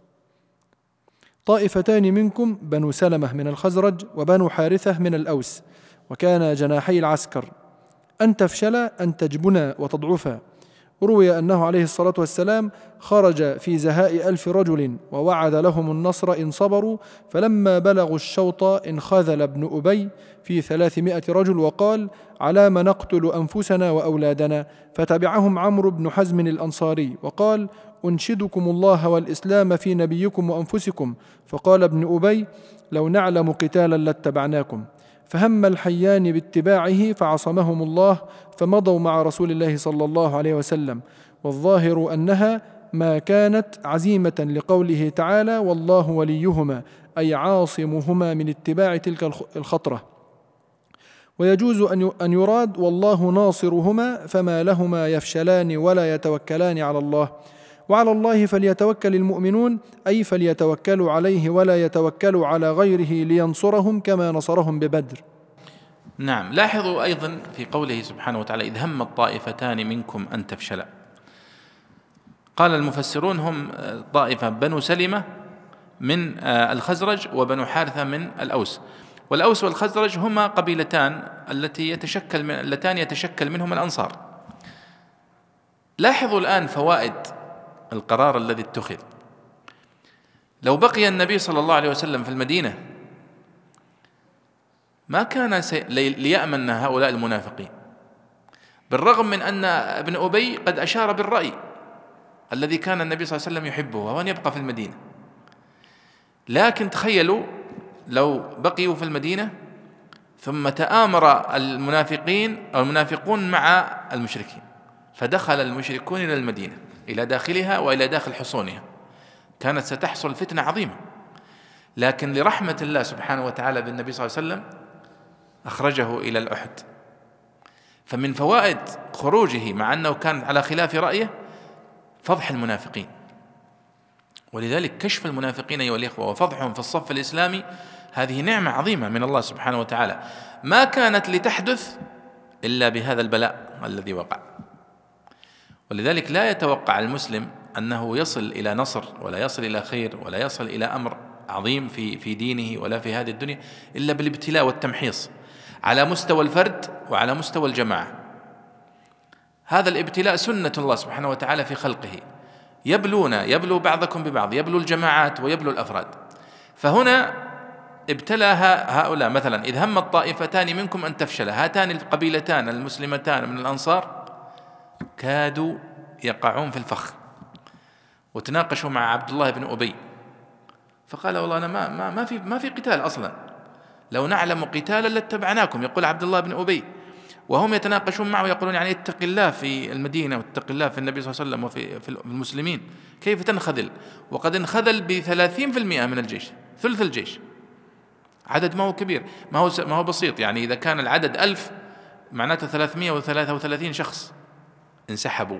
طائفتان منكم بنو سلمة من الخزرج وبنو حارثة من الأوس، وكان جناحي العسكر، أن تفشلا أن تجبنا وتضعفا. روي أنه عليه الصلاة والسلام خرج في زهاء ألف رجل ووعد لهم النصر إن صبروا، فلما بلغوا الشوط انخذل ابن أبي في ثلاثمائة رجل وقال: على ما نقتل أنفسنا وأولادنا؟ فتبعهم عمرو بن حزم الأنصاري وقال: أنشدكم الله والإسلام في نبيكم وأنفسكم. فقال ابن أبي: لو نعلم قتالا لاتبعناكم. فهم الحيان باتباعه فعصمهم الله، فمضوا مع رسول الله صلى الله عليه وسلم. والظاهر أنها ما كانت عزيمة لقوله تعالى: والله وليهما، أي عاصمهما من اتباع تلك الخطرة. ويجوز أن يراد والله ناصرهما، فما لهما يفشلان ولا يتوكلان على الله. وعلى الله فليتوكل المؤمنون، أي فليتوكلوا عليه ولا يتوكلوا على غيره لينصرهم كما نصرهم ببدر. نعم، لاحظوا أيضا في قوله سبحانه وتعالى: إذ هم الطائفتان منكم أن تفشلا. قال المفسرون هم طائفة بنو سلمة من الخزرج وبنو حارثة من الأوس. والأوس والخزرج هما قبيلتان التي يتشكل من اللتان يتشكل منهما الأنصار. لاحظوا الآن فوائد القرار الذي اتخذ. لو بقي النبي صلى الله عليه وسلم في المدينة ما كان ليأمن هؤلاء المنافقين، بالرغم من أن ابن أبي قد أشار بالرأي الذي كان النبي صلى الله عليه وسلم يحبه، وهو أن يبقى في المدينة. لكن تخيلوا لو بقيوا في المدينة ثم تآمر المنافقين أو المنافقون مع المشركين، فدخل المشركون إلى المدينة إلى داخلها وإلى داخل حصونها، كانت ستحصل فتنة عظيمة. لكن لرحمة الله سبحانه وتعالى بالنبي صلى الله عليه وسلم أخرجه إلى الأحد. فمن فوائد خروجه مع أنه كان على خلاف رأيه فضح المنافقين، ولذلك كشف المنافقين أيها الإخوة وفضحهم في الصف الإسلامي هذه نعمة عظيمة من الله سبحانه وتعالى، ما كانت لتحدث إلا بهذا البلاء الذي وقع. ولذلك لا يتوقع المسلم أنه يصل إلى نصر ولا يصل إلى خير ولا يصل إلى أمر عظيم في في دينه ولا في هذه الدنيا إلا بالابتلاء والتمحيص على مستوى الفرد وعلى مستوى الجماعة. هذا الابتلاء سنة الله سبحانه وتعالى في خلقه، يبلونا، يبلو بعضكم ببعض، يبلو الجماعات ويبلو الأفراد. فهنا ابتلى هؤلاء مثلا، إذ هم الطائفتان منكم أن تفشل، هاتان القبيلتان المسلمتان من الأنصار كادوا يقعون في الفخ، وتناقشوا مع عبد الله بن أبي فقال والله أنا ما ما ما في ما في قتال أصلا، لو نعلم قتالا لاتبعناكم، يقول عبد الله بن أبي، وهم يتناقشون معه يقولون يعني اتق الله في المدينة واتق الله في النبي صلى الله عليه وسلم وفي في المسلمين، كيف تنخذل؟ وقد انخذل بثلاثين في المئة من الجيش، ثلث الجيش، عدد ما هو كبير، ما هو ما هو بسيط. يعني إذا كان العدد ألف معناته ثلاثمئة وثلاثة وثلاثين شخص انسحبوا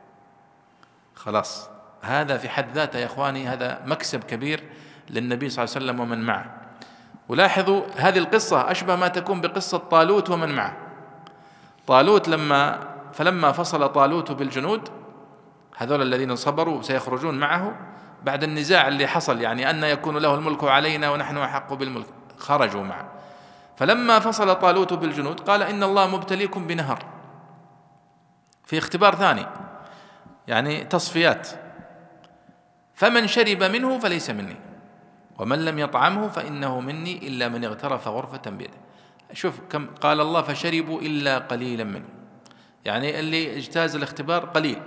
خلاص. هذا في حد ذاته يا إخواني هذا مكسب كبير للنبي صلى الله عليه وسلم ومن معه. ولاحظوا هذه القصة أشبه ما تكون بقصة طالوت ومن معه. طالوت لما فلما فصل طالوت بالجنود، هذول الذين صبروا سيخرجون معه بعد النزاع اللي حصل، يعني أن يكون له الملك علينا ونحن أحق بالملك، خرجوا معه. فلما فصل طالوت بالجنود قال إن الله مبتليكم بنهر، في اختبار ثاني يعني تصفيات، فمن شرب منه فليس مني ومن لم يطعمه فإنه مني إلا من اغترف غرفة بيده. شوف كم قال الله فشربوا إلا قليلا منه، يعني اللي اجتاز الاختبار قليل.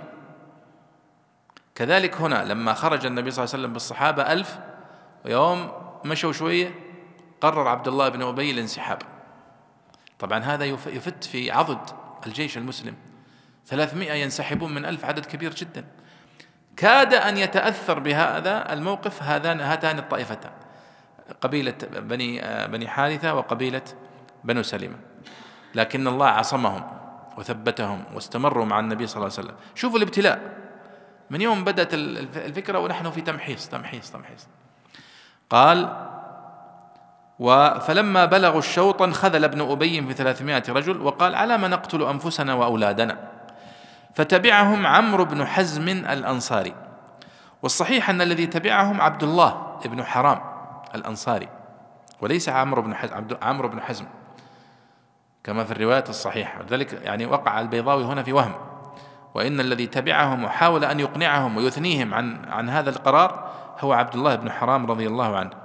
كذلك هنا لما خرج النبي صلى الله عليه وسلم بالصحابة ألف، ويوم مشوا شوية قرر عبد الله بن أبي الانسحاب. طبعا هذا يفت في عضد الجيش المسلم، ثلاثمئة ينسحبون من ألف، عدد كبير جدا. كاد أن يتأثر بهذا الموقف هذان هاتان الطائفتان، قبيلة بني بني حارثة وقبيلة بنو سلمة، لكن الله عصمهم وثبتهم واستمروا مع النبي صلى الله عليه وسلم. شوفوا الابتلاء من يوم بدأت الفكرة ونحن في تمحيص تمحيص تمحيص. قال فلما بلغوا الشوط انخذل ابن أبي في ثلاثمائة رجل وقال على ما نقتل أنفسنا وأولادنا، فتبعهم عمرو بن حزم الأنصاري. والصحيح أن الذي تبعهم عبد الله بن حرام الأنصاري وليس عمرو بن حزم عمرو بن حزم كما في الروايات الصحيحة، ولذلك يعني وقع البيضاوي هنا في وهم، وإن الذي تبعهم وحاول أن يقنعهم ويثنيهم عن عن هذا القرار هو عبد الله بن حرام رضي الله عنه.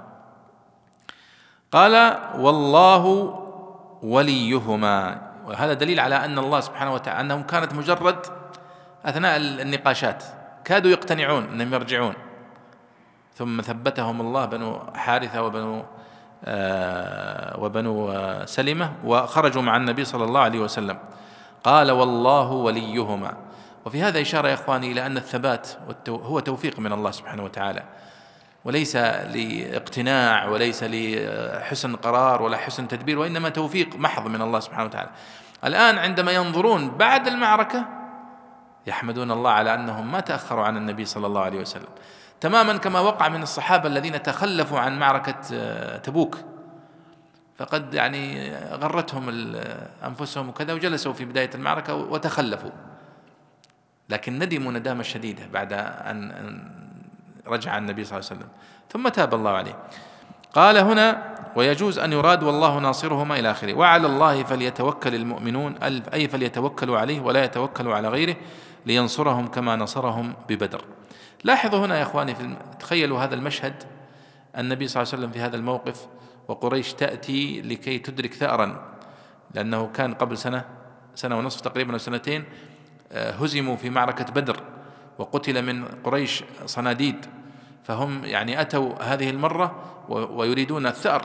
قال والله وليهما، وهذا دليل على أن الله سبحانه وتعالى أنهم كانت مجرد أثناء النقاشات كادوا يقتنعون أنهم يرجعون، ثم ثبتهم الله بنو حارثة وبنو آه وبنو آه سلمة وخرجوا مع النبي صلى الله عليه وسلم. قال والله وليهما. وفي هذا إشارة يا إخواني إلى أن الثبات هو توفيق من الله سبحانه وتعالى، وليس لاقتناع وليس لحسن قرار ولا حسن تدبير، وإنما توفيق محض من الله سبحانه وتعالى. الآن عندما ينظرون بعد المعركة يحمدون الله على أنهم ما تأخروا عن النبي صلى الله عليه وسلم، تماما كما وقع من الصحابة الذين تخلفوا عن معركة تبوك، فقد يعني غرتهم أنفسهم وكذا وجلسوا في بداية المعركة وتخلفوا، لكن ندموا ندامة شديدة بعد أن رجع النبي صلى الله عليه وسلم ثم تاب الله عليه. قال هنا ويجوز أن يراد والله ناصرهما إلى آخره. وعلى الله فليتوكل المؤمنون، أي فليتوكلوا عليه ولا يتوكلوا على غيره لينصرهم كما نصرهم ببدر. لاحظوا هنا يا إخواني، في تخيلوا هذا المشهد، النبي صلى الله عليه وسلم في هذا الموقف وقريش تأتي لكي تدرك ثأرا، لأنه كان قبل سنة سنة ونصف تقريبا أو سنتين هزموا في معركة بدر وقتل من قريش صناديد، فهم يعني أتوا هذه المرة ويريدون الثأر،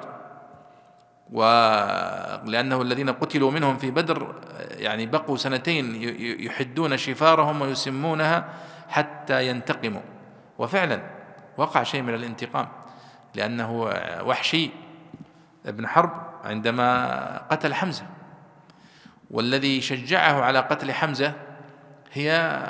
ولأنه الذين قتلوا منهم في بدر يعني بقوا سنتين يحدون شفارهم ويسمونها حتى ينتقموا، وفعلا وقع شيء من الانتقام، لأنه وحشي ابن حرب عندما قتل حمزة، والذي شجعه على قتل حمزة هي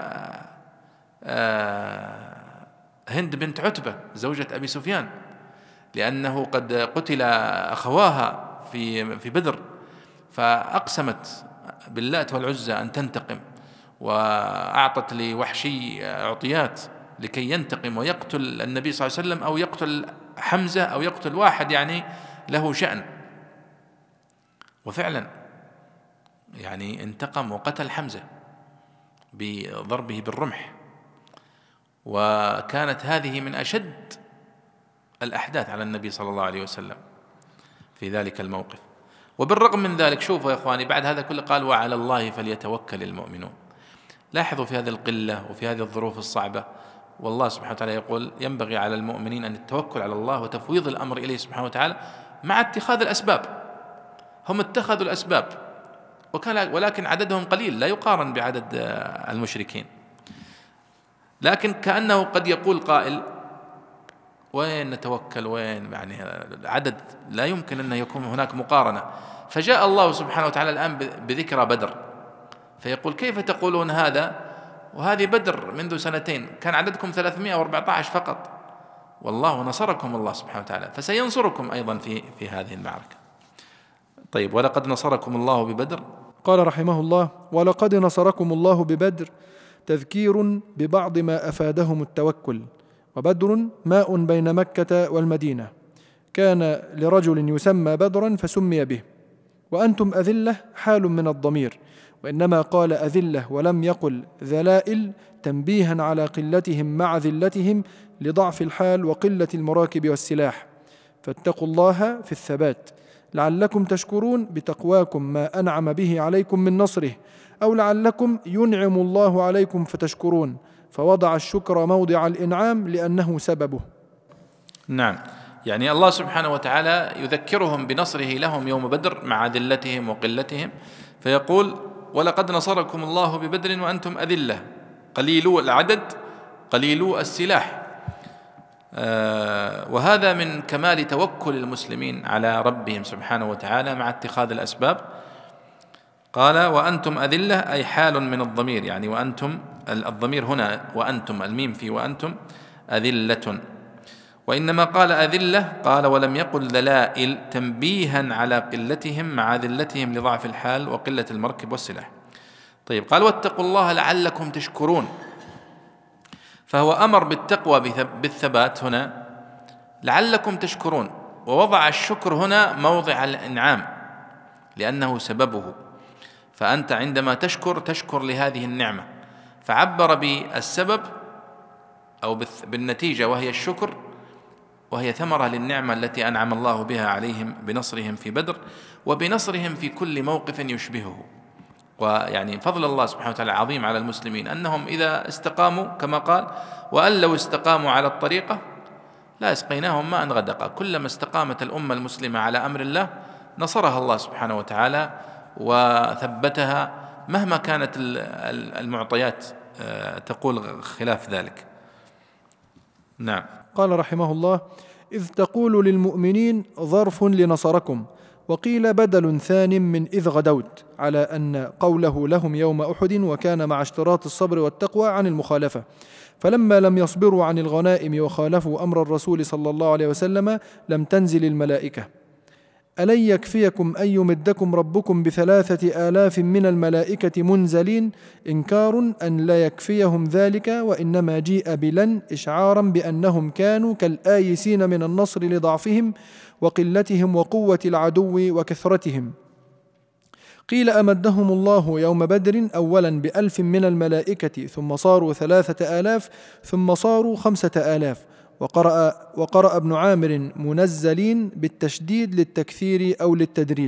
هند بنت عتبة زوجة أبي سفيان، لأنه قد قتل أخواها في في بدر، فأقسمت باللات والعزى أن تنتقم، وأعطت لوحشي أعطيات لكي ينتقم ويقتل النبي صلى الله عليه وسلم، أو يقتل حمزة، أو يقتل واحد يعني له شأن. وفعلا يعني انتقم وقتل حمزة بضربه بالرمح، وكانت هذه من أشد الأحداث على النبي صلى الله عليه وسلم في ذلك الموقف. وبالرغم من ذلك شوفوا يا إخواني، بعد هذا كله قال وعلى الله فليتوكل المؤمنون. لاحظوا في هذه القلة وفي هذه الظروف الصعبة، والله سبحانه وتعالى يقول ينبغي على المؤمنين أن التوكل على الله وتفويض الأمر إليه سبحانه وتعالى مع اتخاذ الأسباب. هم اتخذوا الأسباب وكان ولكن عددهم قليل لا يقارن بعدد المشركين، لكن كأنه قد يقول قائل وين نتوكل، وين يعني عدد لا يمكن أن يكون هناك مقارنة. فجاء الله سبحانه وتعالى الآن بذكرى بدر، فيقول كيف تقولون هذا وهذه بدر منذ سنتين كان عددكم ثلاثمائة وأربعة عشر فقط، والله نصركم الله سبحانه وتعالى، فسينصركم أيضا في في هذه المعركة. طيب، ولقد نصركم الله ببدر. قال رحمه الله: ولقد نصركم الله ببدر تذكير ببعض ما أفادهم التوكل. وبدر ماء بين مكة والمدينة، كان لرجل يسمى بدرا فسمي به. وأنتم أذلة حال من الضمير، وإنما قال أذلة ولم يقل ذلائل تنبيها على قلتهم مع ذلتهم لضعف الحال وقلة المراكب والسلاح. فاتقوا الله في الثبات لعلكم تشكرون بتقواكم ما أنعم به عليكم من نصره، أو لعلكم ينعم الله عليكم فتشكرون، فوضع الشكر موضع الإنعام لأنه سببه. نعم، يعني الله سبحانه وتعالى يذكرهم بنصره لهم يوم بدر مع ذلتهم وقلتهم، فيقول ولقد نصركم الله ببدر وأنتم أذلة قليلو العدد قليلو السلاح. آه وهذا من كمال توكل المسلمين على ربهم سبحانه وتعالى مع اتخاذ الأسباب. قال وأنتم أذلة أي حال من الضمير، يعني وأنتم الضمير هنا وأنتم الميم في وأنتم أذلة، وإنما قال أذلة قال ولم يقل ذلائل تنبيها على قلتهم مع ذلتهم لضعف الحال وقلة المركب والسلاح. طيب، قال واتقوا الله لعلكم تشكرون، فهو أمر بالتقوى بالثبات هنا لعلكم تشكرون، ووضع الشكر هنا موضع الإنعام لأنه سببه، فأنت عندما تشكر تشكر لهذه النعمة، فعبر بالسبب أو بالنتيجة وهي الشكر، وهي ثمرة للنعمة التي أنعم الله بها عليهم بنصرهم في بدر وبنصرهم في كل موقف يشبهه. ويعني فضل الله سبحانه وتعالى عظيم على المسلمين أنهم إذا استقاموا كما قال وأن لو استقاموا على الطريقة لا يسقيناهم ماء غدقا. كلما استقامت الأمة المسلمة على أمر الله نصرها الله سبحانه وتعالى وثبتها مهما كانت المعطيات تقول خلاف ذلك. نعم. قال رحمه الله: إذ تقول للمؤمنين ظرف لنصركم، وقيل بدل ثان من إذ غدوت، على أن قوله لهم يوم أحد وكان مع اشتراط الصبر والتقوى عن المخالفة، فلما لم يصبروا عن الغنائم وخالفوا أمر الرسول صلى الله عليه وسلم لم تنزل الملائكة. ألن يكفيكم أن يمدكم ربكم بثلاثة آلاف من الملائكة منزلين إنكار أن لا يكفيهم ذلك، وإنما جيء بلن إشعارا بأنهم كانوا كالآيسين من النصر لضعفهم وقلتهم وقوة العدو وكثرتهم. قيل أمدهم الله يوم بدر أولا بألف من الملائكة ثم صاروا ثلاثة آلاف ثم صاروا خمسة آلاف. وقرأ, وقرأ ابن عامر منزلين بالتشديد للتكثير أو للتدريج.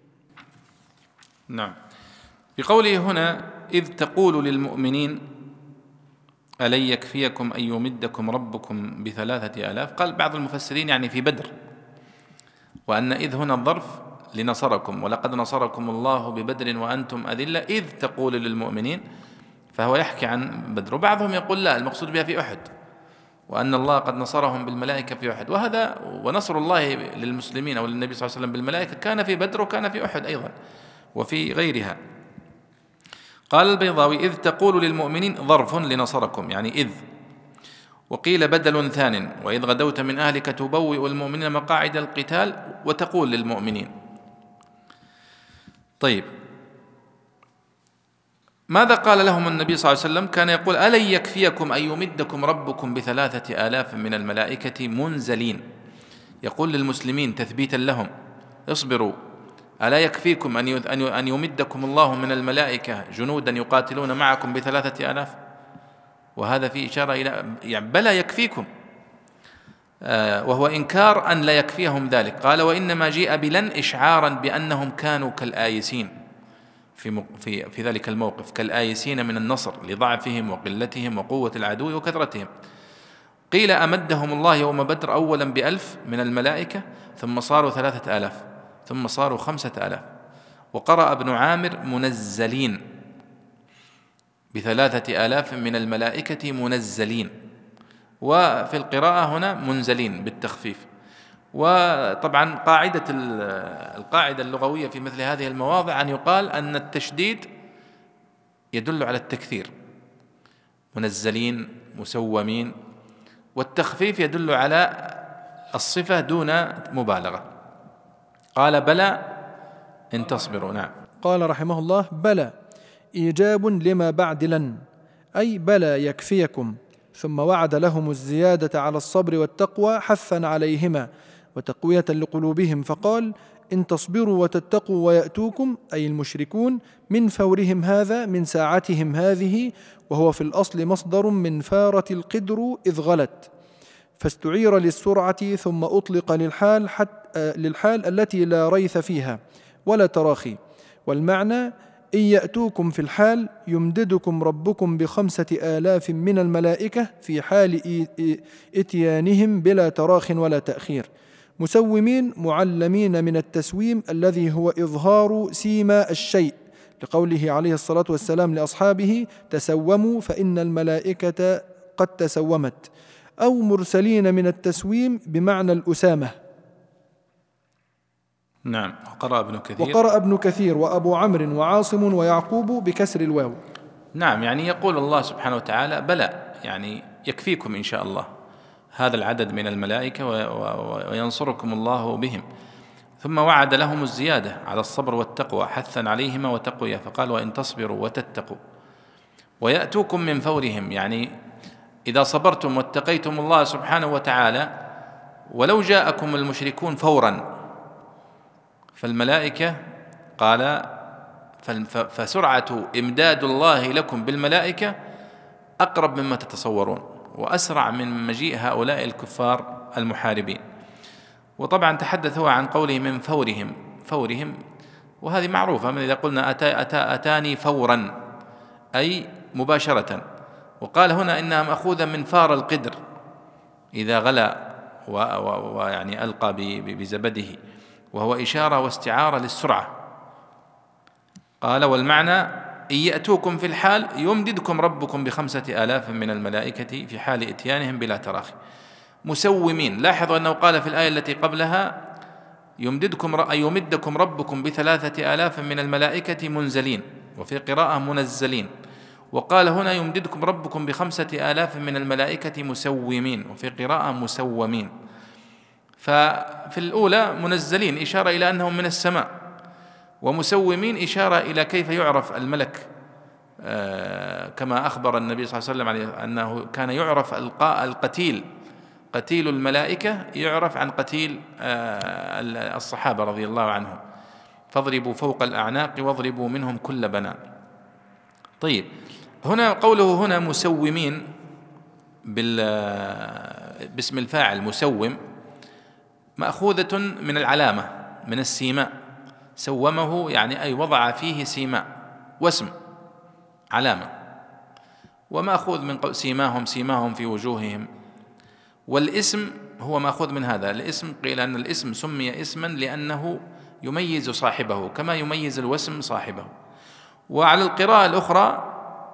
نعم. بقوله هنا إذ تقول للمؤمنين ألن يكفيكم أن يمدكم ربكم بثلاثة آلاف، قال بعض المفسرين يعني في بدر، وأن إذ هنا الظرف لنصركم، ولقد نصركم الله ببدر وأنتم أذلة إذ تقول للمؤمنين، فهو يحكي عن بدر. وبعضهم يقول لا، المقصود بها في أحد، وأن الله قد نصرهم بالملائكة في أحد. وهذا ونصر الله للمسلمين أو للنبي صلى الله عليه وسلم بالملائكة كان في بدر وكان في أحد أيضا وفي غيرها. قال البيضاوي إذ تقول للمؤمنين ظرف لنصركم يعني إذ، وقيل بدل ثان وإذ غدوت من أهلك تبوئ المؤمنين مقاعد القتال وتقول للمؤمنين. طيب، ماذا قال لهم النبي صلى الله عليه وسلم؟ كان يقول ألن يكفيكم أن يمدكم ربكم بثلاثة آلاف من الملائكة منزلين، يقول للمسلمين تثبيتا لهم اصبروا، ألا يكفيكم أن يمدكم الله من الملائكة جنودا يقاتلون معكم بثلاثة آلاف؟ وهذا في إشارة إلى يعني بلى يكفيكم، آه وهو إنكار أن لا يكفيهم ذلك. قال وإنما جيء بلن إشعارا بأنهم كانوا كالآيسين في, في, في ذلك الموقف، كالآيسين من النصر لضعفهم وقلتهم وقوة العدو وكثرتهم. قيل أمدهم الله يوم بدر أولا بألف من الملائكة ثم صاروا ثلاثة آلاف ثم صاروا خمسة آلاف. وقرأ ابن عامر منزلين بثلاثة آلاف من الملائكة منزلين، وفي القراءة هنا منزلين بالتخفيف. وطبعا قاعدة القاعدة اللغوية في مثل هذه المواضع أن يقال أن التشديد يدل على التكثير، منزلين مسومين، والتخفيف يدل على الصفة دون مبالغة. قال بلى إن تصبروا. نعم. قال رحمه الله بلى إيجاب لما بعد لن، أي بلى يكفيكم، ثم وعد لهم الزيادة على الصبر والتقوى حثا عليهما وتقوية لقلوبهم، فقال إن تصبروا وتتقوا ويأتوكم، أي المشركون، من فورهم هذا من ساعتهم هذه، وهو في الأصل مصدر من فارة القدر إذ غلت، فاستعير للسرعة ثم أطلق للحال, حتى للحال التي لا ريث فيها ولا تراخي. والمعنى إن يأتوكم في الحال يمددكم ربكم بخمسة آلاف من الملائكة في حال إتيانهم بلا تراخ ولا تأخير، مسومين معلمين من التسويم الذي هو إظهار سيما الشيء، لقوله عليه الصلاة والسلام لأصحابه تسوموا فإن الملائكة قد تسومت، أو مرسلين من التسويم بمعنى الأسامة. نعم. وقرأ ابن كثير وقرأ ابن كثير وأبو عمرو وعاصم ويعقوب بكسر الواو. نعم، يعني يقول الله سبحانه وتعالى بلى، يعني يكفيكم إن شاء الله هذا العدد من الملائكة وينصركم الله بهم. ثم وعد لهم الزيادة على الصبر والتقوى حثا عليهما وتقوية، فقال وإن تصبروا وتتقوا ويأتوكم من فورهم، يعني إذا صبرتم واتقيتم الله سبحانه وتعالى ولو جاءكم المشركون فورا، فالملائكة قال فسرعة إمداد الله لكم بالملائكة أقرب مما تتصورون وأسرع من مجيء هؤلاء الكفار المحاربين. وطبعا تحدث هو عن قوله من فورهم، فورهم وهذه معروفة، من إذا قلنا أتى أتى أتاني فورا أي مباشرة. وقال هنا إنها مأخوذة من فار القدر إذا غلا ويعني ألقى بزبده، وهو إشارة واستعارة للسرعة. قال والمعنى إن يأتوكم في الحال يمددكم ربكم بخمسة آلاف من الملائكة في حال إتيانهم بلا تراخي مسومين. لاحظوا أنه قال في الآية التي قبلها يمددكم أن يمدكم ربكم بثلاثة آلاف من الملائكة منزلين، وفي قراءة منزلين. وقال هنا يمددكم ربكم بخمسة آلاف من الملائكة مسومين، وفي قراءة مسومين. ففي الأولى منزلين إشارة إلى أنهم من السماء، ومسومين إشارة إلى كيف يعرف الملك، كما أخبر النبي صلى الله عليه وسلم أنه كان يعرف القتيل، قتيل الملائكة يعرف عن قتيل الصحابة رضي الله عنهم، فاضربوا فوق الأعناق واضربوا منهم كل بنان. طيب، هنا قوله هنا مسومين باسم الفاعل مسوم مأخوذة من العلامة، من السيماء، سومه يعني أي وضع فيه سيماء، واسم علامة، ومأخوذ من سيماهم، سيماهم في وجوههم. والاسم هو مأخوذ من هذا الاسم، قيل أن الاسم سمي اسما لأنه يميز صاحبه كما يميز الوسم صاحبه. وعلى القراءة الأخرى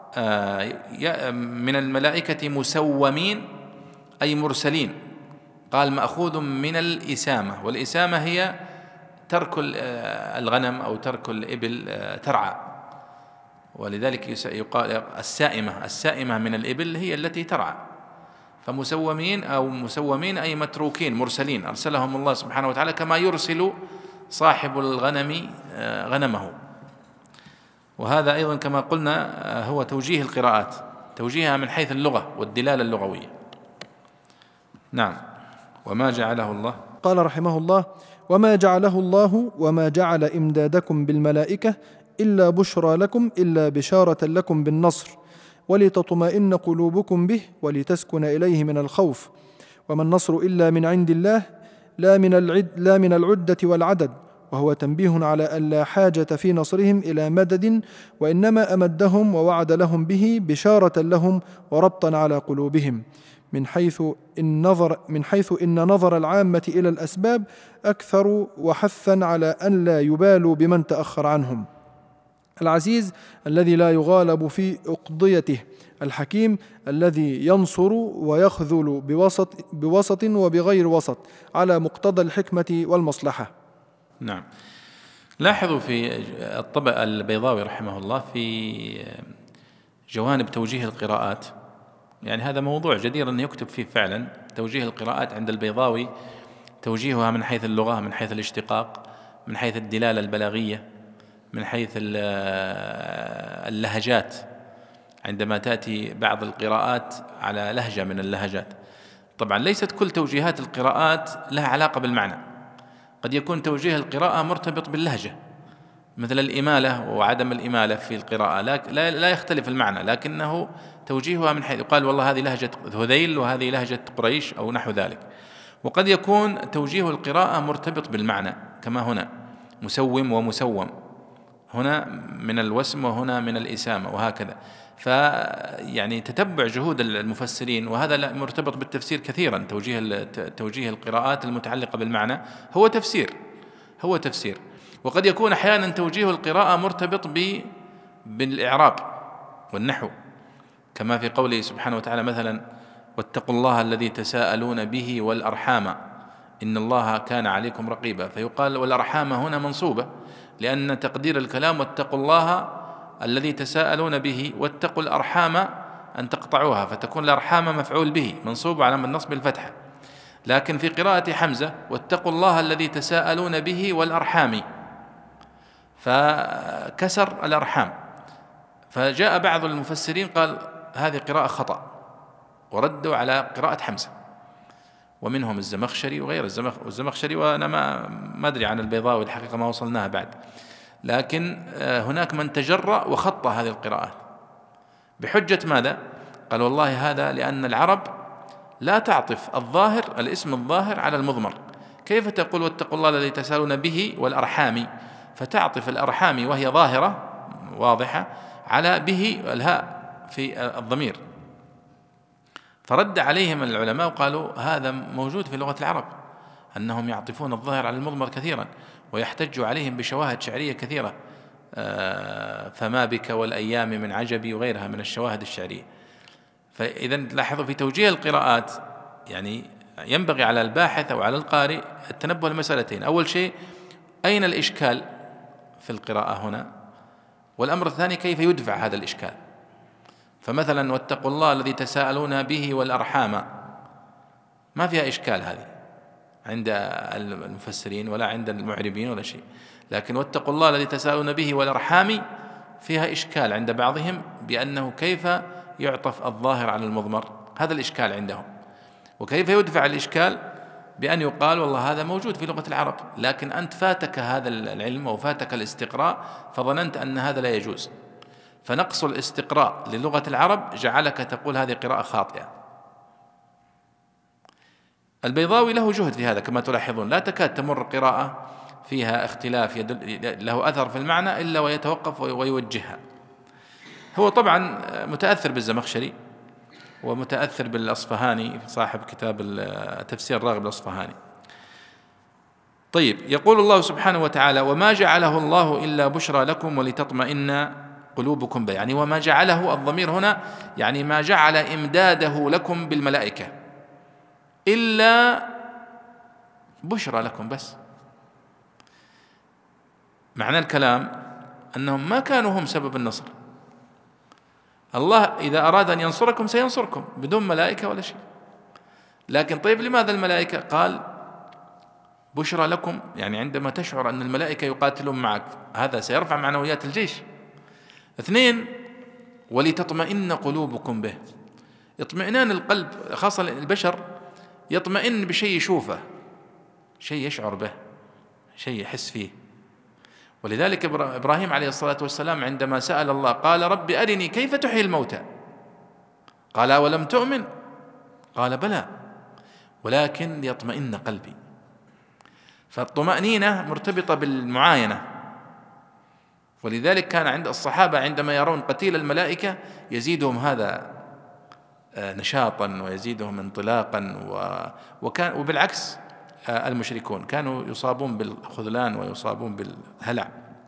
من الملائكة مسومين أي مرسلين، قال مأخوذ من الإسامة، والإسامة هي ترك الغنم أو ترك الإبل ترعى، ولذلك يقال السائمة، السائمة من الإبل هي التي ترعى. فمسومين أو مسومين أي متروكين مرسلين، أرسلهم الله سبحانه وتعالى كما يرسل صاحب الغنم غنمه. وهذا أيضا كما قلنا هو توجيه القراءات، توجيهها من حيث اللغة والدلالة اللغوية. نعم. وما جعله الله، قال رحمه الله: وما جعله الله وما جعل إمدادكم بالملائكة إلا بشرى لكم إلا بشارة لكم بالنصر ولتطمئن قلوبكم به ولتسكن إليه من الخوف، وما النصر إلا من عند الله لا من العد لا من العدة والعدد، وهو تنبيه على أن لا حاجة في نصرهم إلى مدد، وإنما أمدهم ووعد لهم به بشارة لهم وربطا على قلوبهم، من حيث إن نظر من حيث إن نظر العامة إلى الأسباب أكثر وحثا على أن لا يبالوا بمن تأخر عنهم. العزيز الذي لا يغالب في أقضيته، الحكيم الذي ينصر ويخذل بوسط, بوسط وبغير وسط على مقتضى الحكمة والمصلحة. نعم. لاحظوا في الطبع البيضاوي رحمه الله في جوانب توجيه القراءات، يعني هذا موضوع جدير أن يكتب فيه فعلا، توجيه القراءات عند البيضاوي، توجيهها من حيث اللغة، من حيث الاشتقاق، من حيث الدلالة البلاغية، من حيث اللهجات، عندما تأتي بعض القراءات على لهجة من اللهجات. طبعا ليست كل توجيهات القراءات لها علاقة بالمعنى، قد يكون توجيه القراءة مرتبط باللهجة، مثل الإمالة وعدم الإمالة في القراءة لا لا يختلف المعنى، لكنه توجيهها من حيث يقال والله هذه لهجة هذيل وهذه لهجة قريش أو نحو ذلك. وقد يكون توجيه القراءة مرتبط بالمعنى، كما هنا مسوم ومسوم، هنا من الوسم وهنا من الإسامة، وهكذا. فيعني تتبع جهود المفسرين، وهذا مرتبط بالتفسير كثيرا، توجيه توجيه القراءات المتعلقة بالمعنى هو تفسير هو تفسير وقد يكون أحيانا توجيه القراءة مرتبط بالإعراب والنحو، كما في قوله سبحانه وتعالى مثلا: واتقوا الله الذي تساءلون به والأرحام إن الله كان عليكم رقيبا، فيقال والأرحام هنا منصوبة لأن تقدير الكلام واتقوا الله الذي تساءلون به، واتقوا الأرحام أن تقطعوها، فتكون الأرحام مفعول به منصوب على النصب الفتحة. لكن في قراءة حمزة واتقوا الله الذي تساءلون به والأرحام، فكسر الأرحام. فجاء بعض المفسرين قال هذه قراءة خطأ، وردوا على قراءة حمزة، ومنهم الزمخشري وغير الزمخشري، وأنا ما ما أدري عن البيضاوي الحقيقة، ما وصلناها بعد، لكن هناك من تجرأ وخطأ هذه القراءات بحجة ماذا؟ قال والله هذا لأن العرب لا تعطف الظاهر، الاسم الظاهر على المضمر، كيف تقول واتقوا الله الذي تسألون به والأرحام، فتعطف الأرحام وهي ظاهرة واضحة على به الهاء في الضمير. فرد عليهم العلماء وقالوا هذا موجود في لغة العرب، أنهم يعطفون الظاهر على المضمر كثيرا، ويحتج عليهم بشواهد شعرية كثيرة، فما بك والأيام من عجبي وغيرها من الشواهد الشعرية. فإذا لاحظوا في توجيه القراءات يعني ينبغي على الباحث أو على القارئ التنبه لمسألتين: أول شيء أين الإشكال في القراءة هنا؟ والأمر الثاني كيف يدفع هذا الإشكال. فمثلا واتقوا الله الذي تساءلون به والأرحام ما فيها إشكال هذه، عند المفسرين ولا عند المعربين ولا شيء، لكن واتقوا الله الذي تساءلون به والأرحام فيها إشكال عند بعضهم بأنه كيف يعطف الظاهر على المضمر، هذا الإشكال عندهم. وكيف يدفع الإشكال؟ بأن يقال والله هذا موجود في لغة العرب، لكن أنت فاتك هذا العلم وفاتك الاستقراء فظننت أن هذا لا يجوز، فنقص الاستقراء للغة العرب جعلك تقول هذه قراءة خاطئة. البيضاوي له جهد في هذا كما تلاحظون، لا تكاد تمر قراءة فيها اختلاف يدل له أثر في المعنى إلا ويتوقف ويوجهها. هو طبعا متأثر بالزمخشري ومتأثر بالأصفهاني صاحب كتاب التفسير الراغب الأصفهاني. طيب، يقول الله سبحانه وتعالى: وما جعله الله إلا بشرى لكم ولتطمئن قلوبكم به، يعني وما جعله، الضمير هنا يعني ما جعل إمداده لكم بالملائكة إلا بشرى لكم بس. معنى الكلام أنهم ما كانوا هم سبب النصر، الله إذا أراد أن ينصركم سينصركم بدون ملائكة ولا شيء. لكن طيب لماذا الملائكة؟ قال بشرى لكم، يعني عندما تشعر أن الملائكة يقاتلون معك هذا سيرفع معنويات الجيش. اثنين، ولتطمئن قلوبكم به، اطمئنان القلب، خاصة البشر يطمئن بشيء يشوفه، شيء يشعر به، شيء يحس فيه. ولذلك إبراهيم عليه الصلاة والسلام عندما سأل الله قال: رب أرني كيف تحيي الموتى، قال: ولم تؤمن؟ قال: بلى ولكن ليطمئن قلبي. فالطمأنينة مرتبطة بالمعاينة، ولذلك كان عند الصحابة عندما يرون قتيل الملائكة يزيدهم هذا نشاطا ويزيدهم انطلاقا، وكان وبالعكس المشركون كانوا يصابون بالخذلان ويصابون بالهلع.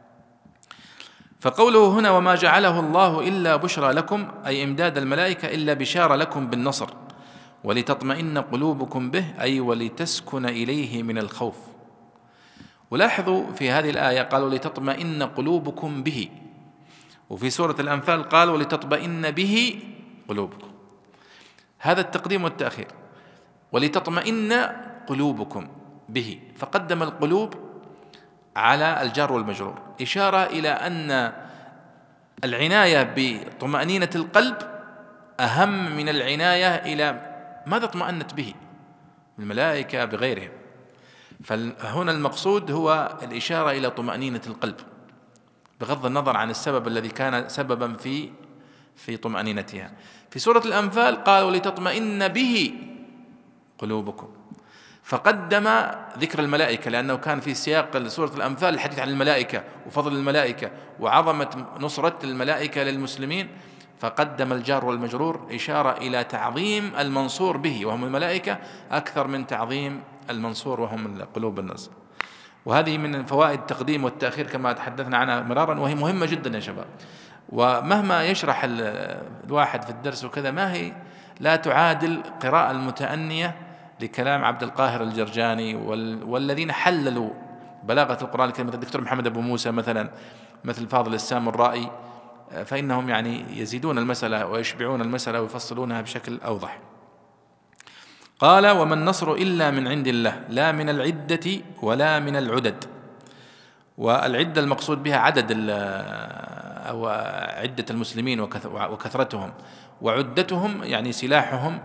فقوله هنا وما جعله الله إلا بشرى لكم، أي إمداد الملائكة إلا بشارة لكم بالنصر، ولتطمئن قلوبكم به، أي ولتسكن إليه من الخوف. ولاحظوا في هذه الآية قالوا لتطمئن قلوبكم به، وفي سورة الأنفال قال ولتطمئن به قلوبكم. هذا التقديم والتأخير، ولتطمئن قلوبكم به، فقدم القلوب على الجار والمجرور، إشارة إلى أن العناية بطمأنينة القلب أهم من العناية إلى ماذا اطمأنت به الملائكة بغيرهم. فهنا المقصود هو الإشارة إلى طمأنينة القلب بغض النظر عن السبب الذي كان سببا في في طمأنينتها. في سورة الأنفال قال ولتطمئن به قلوبكم، فقدم ذكر الملائكة لأنه كان في سياق سورة الأنفال الحديث عن الملائكة وفضل الملائكة وعظمة نصرة الملائكة للمسلمين، فقدم الجار والمجرور إشارة إلى تعظيم المنصور به وهم الملائكة أكثر من تعظيم المنصور وهم قلوب الناس. وهذه من فوائد التقديم والتأخير كما تحدثنا عنها مرارا، وهي مهمة جدا يا شباب. ومهما يشرح الواحد في الدرس وكذا ما هي لا تعادل قراءة المتأنية لكلام عبد القاهر الجرجاني والذين حللوا بلاغة القرآن الكريم مثل الدكتور محمد أبو موسى مثلا، مثل فاضل السام الرائي، فإنهم يعني يزيدون المسألة ويشبعون المسألة ويفصلونها بشكل أوضح. قال وما النصر إلا من عند الله لا من العدة ولا من العدد. والعدة المقصود بها عدد أو عدة المسلمين وكثرتهم، وعدتهم يعني سلاحهم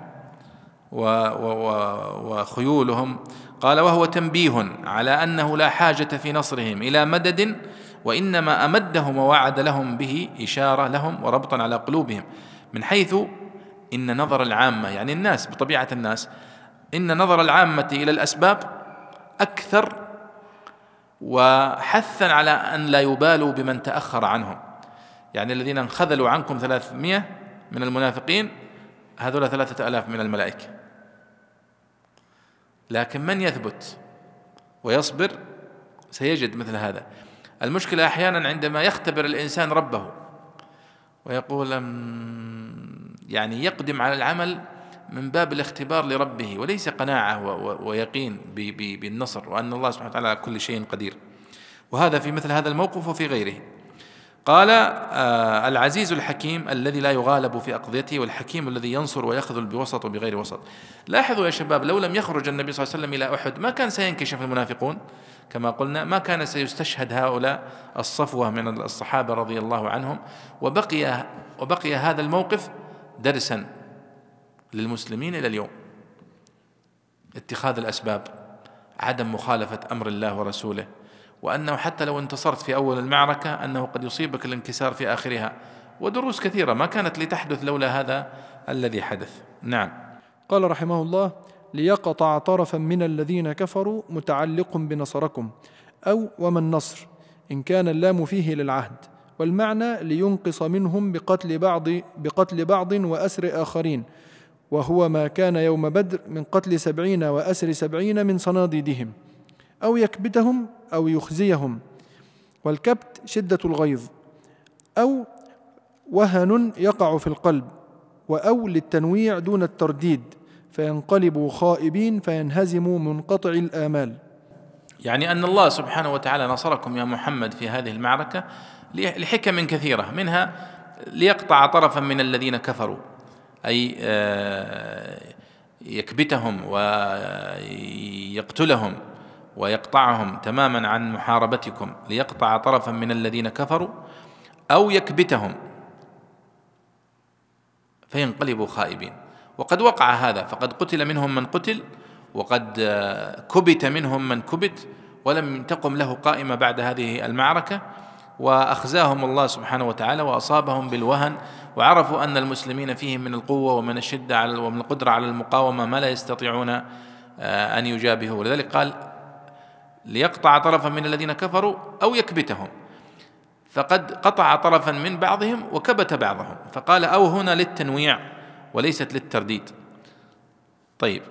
وخيولهم. قال وهو تنبيه على أنه لا حاجة في نصرهم إلى مدد، وإنما أمدهم ووعد لهم به إشارة لهم وربطا على قلوبهم، من حيث إن نظر العامة يعني الناس بطبيعة الناس إن نظر العامة إلى الأسباب أكثر، وحثا على أن لا يبالوا بمن تأخر عنهم. يعني الذين انخذلوا عنكم ثلاثمائة من المنافقين هذول ثلاثة آلاف من الملائكة، لكن من يثبت ويصبر سيجد مثل هذا. المشكلة أحيانا عندما يختبر الإنسان ربه ويقول يعني يقدم على العمل من باب الاختبار لربه وليس قناعة ويقين بالنصر وأن الله سبحانه وتعالى على كل شيء قدير، وهذا في مثل هذا الموقف وفي غيره. قال آه العزيز الحكيم الذي لا يغالب في أقضيته، والحكيم الذي ينصر ويخذل بوسط وبغير وسط. لاحظوا يا شباب، لو لم يخرج النبي صلى الله عليه وسلم إلى أحد ما كان سينكشف المنافقون كما قلنا، ما كان سيستشهد هؤلاء الصفوة من الصحابة رضي الله عنهم، وبقي وبقي هذا الموقف درسا للمسلمين إلى اليوم. اتخاذ الأسباب، عدم مخالفة أمر الله ورسوله، وأنه حتى لو انتصرت في أول المعركة أنه قد يصيبك الانكسار في آخرها، ودروس كثيرة ما كانت لتحدث لولا هذا الذي حدث. نعم. قال رحمه الله: ليقطع طرفا من الذين كفروا متعلق بنصركم، أو وما النصر إن كان اللام فيه للعهد، والمعنى لينقص منهم بقتل بعض بقتل بعض وأسر آخرين، وهو ما كان يوم بدر من قتل سبعين وأسر سبعين من صناديدهم، أو يكبتهم أو يخزيهم، والكبت شدة الغيظ، أو وهن يقع في القلب، وأو للتنويع دون الترديد، فينقلبوا خائبين فينهزموا منقطع الآمال. يعني أن الله سبحانه وتعالى نصركم يا محمد في هذه المعركة لحكم كثيرة، منها ليقطع طرفا من الذين كفروا، أي يكبتهم ويقتلهم ويقطعهم تماما عن محاربتكم، ليقطع طرفا من الذين كفروا، أو يكبتهم فينقلبوا خائبين. وقد وقع هذا، فقد قتل منهم من قتل، وقد كبت منهم من كبت، ولم تقم له قائمة بعد هذه المعركة، وأخزاهم الله سبحانه وتعالى وأصابهم بالوهن، وعرفوا أن المسلمين فيهم من القوة ومن الشدة ومن القدرة على المقاومة ما لا يستطيعون أن يجابهوا. ولذلك قال ليقطع طرفا من الذين كفروا أو يكبتهم، فقد قطع طرفا من بعضهم وكبت بعضهم، فقال أو هنا للتنويع وليست للترديد. طيب.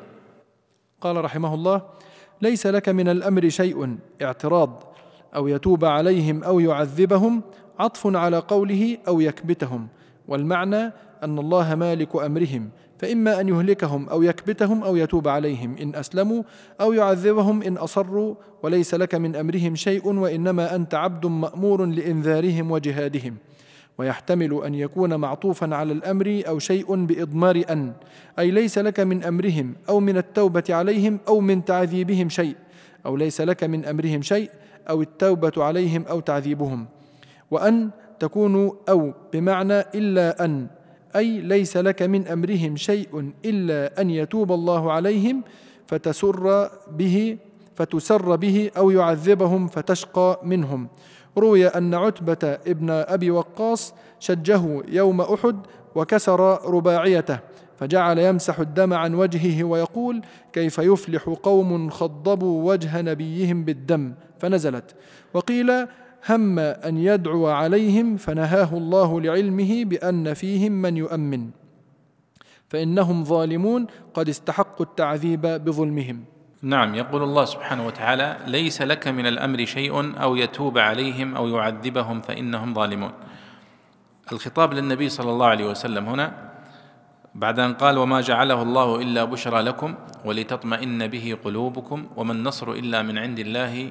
قال رحمه الله: ليس لك من الأمر شيء، اعتراض، أو يتوب عليهم أو يعذبهم، عطف على قوله أو يكبتهم، والمعنى أن الله مالك أمرهم، فإما أن يهلكهم أو يكبتهم أو يتوب عليهم إن أسلموا، أو يعذبهم إن أصروا، وليس لك من أمرهم شيء، وإنما أنت عبد مأمور لإنذارهم وجهادهم. ويحتمل أن يكون معطوفا على الأمر أو شيء بإضمار أن، أي ليس لك من أمرهم أو من التوبة عليهم أو من تعذيبهم شيء، أو ليس لك من أمرهم شيء أو التوبة عليهم أو تعذيبهم. وأن تكون أو بمعنى إلا أن، أي ليس لك من أمرهم شيء إلا أن يتوب الله عليهم فتسر به فتسر به أو يعذبهم فتشقى منهم. روي أن عتبة ابن أبي وقاص شجه يوم أحد وكسر رباعيته، فجعل يمسح الدم عن وجهه ويقول: كيف يفلح قوم خضبوا وجه نبيهم بالدم، فنزلت. وقيل: هم أن يدعو عليهم فنهاه الله لعلمه بأن فيهم من يؤمن، فإنهم ظالمون قد استحقوا التعذيب بظلمهم. نعم. يقول الله سبحانه وتعالى: ليس لك من الأمر شيء أو يتوب عليهم أو يعذبهم فإنهم ظالمون. الخطاب للنبي صلى الله عليه وسلم هنا بعد أن قال: وما جعله الله إلا بشرى لكم ولتطمئن به قلوبكم وما النصر إلا من عند الله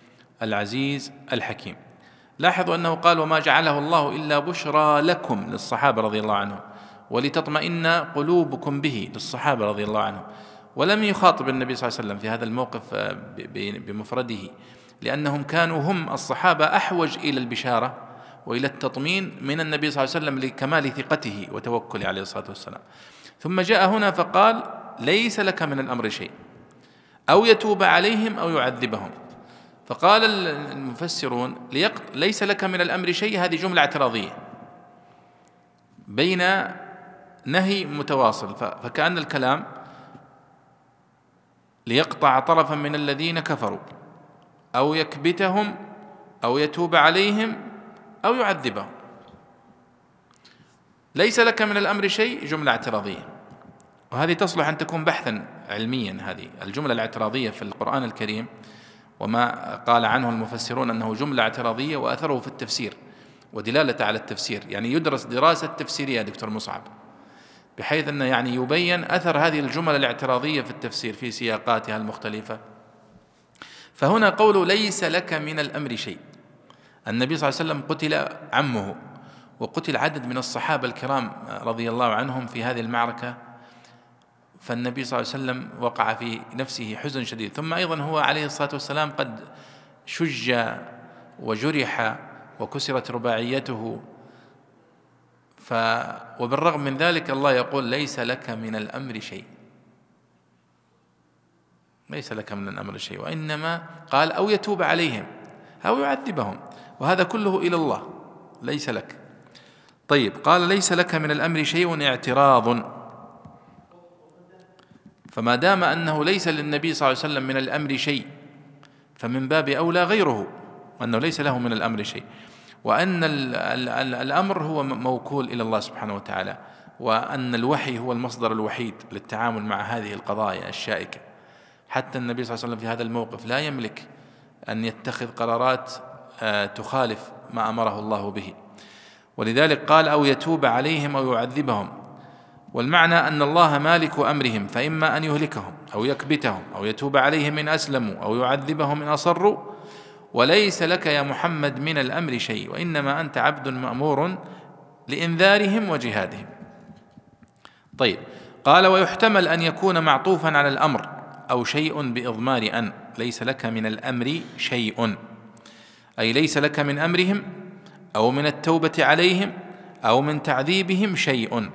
العزيز الحكيم. لاحظوا أنه قال: وما جعله الله إلا بشرى لكم للصحابة رضي الله عنهم، ولتطمئن قلوبكم به للصحابة رضي الله عنهم، ولم يخاطب النبي صلى الله عليه وسلم في هذا الموقف بمفرده، لأنهم كانوا هم الصحابة أحوج إلى البشارة وإلى التطمين من النبي صلى الله عليه وسلم لكمال ثقته وتوكله عليه الصلاة والسلام. ثم جاء هنا فقال: ليس لك من الأمر شيء أو يتوب عليهم أو يعذبهم. فقال المفسرون: ليس لك من الأمر شيء، هذه جملة اعتراضية بين نهي متواصل، فكأن الكلام ليقطع طرفا من الذين كفروا أو يكبتهم أو يتوب عليهم أو يعذبهم. ليس لك من الأمر شيء جملة اعتراضية، وهذه تصلح أن تكون بحثا علميا. هذه الجملة الاعتراضية في القرآن الكريم وما قال عنه المفسرون أنه جملة اعتراضية وأثره في التفسير ودلالة على التفسير، يعني يدرس دراسة تفسيرية دكتور مصعب، بحيث أنه يعني يبين أثر هذه الجمل الاعتراضية في التفسير في سياقاتها المختلفة. فهنا قوله ليس لك من الأمر شيء، النبي صلى الله عليه وسلم قتل عمه، وقتل عدد من الصحابة الكرام رضي الله عنهم في هذه المعركة، فالنبي صلى الله عليه وسلم وقع في نفسه حزن شديد. ثم أيضا هو عليه الصلاة والسلام قد شج وجرح وكسرت رباعيته، ف وبالرغم من ذلك الله يقول ليس لك من الأمر شيء، ليس لك من الأمر شيء، وإنما قال أو يتوب عليهم أو يعذبهم، وهذا كله إلى الله، ليس لك. طيب، قال ليس لك من الأمر شيء اعتراض، فما دام أنه ليس للنبي صلى الله عليه وسلم من الأمر شيء فمن باب أولى غيره أنه ليس له من الأمر شيء، وأن الأمر هو موكول إلى الله سبحانه وتعالى، وأن الوحي هو المصدر الوحيد للتعامل مع هذه القضايا الشائكة. حتى النبي صلى الله عليه وسلم في هذا الموقف لا يملك أن يتخذ قرارات تخالف ما أمره الله به، ولذلك قال أو يتوب عليهم أو يعذبهم. والمعنى أن الله مالك أمرهم، فإما أن يهلكهم أو يكبتهم أو يتوب عليهم إن أسلموا أو يعذبهم إن أصروا، وليس لك يا محمد من الأمر شيء، وإنما أنت عبد مأمور لإنذارهم وجهادهم. طيب، قال ويحتمل أن يكون معطوفا على الأمر أو شيء بإضمار أن، ليس لك من الأمر شيء، أي ليس لك من أمرهم أو من التوبة عليهم أو من تعذيبهم شيء.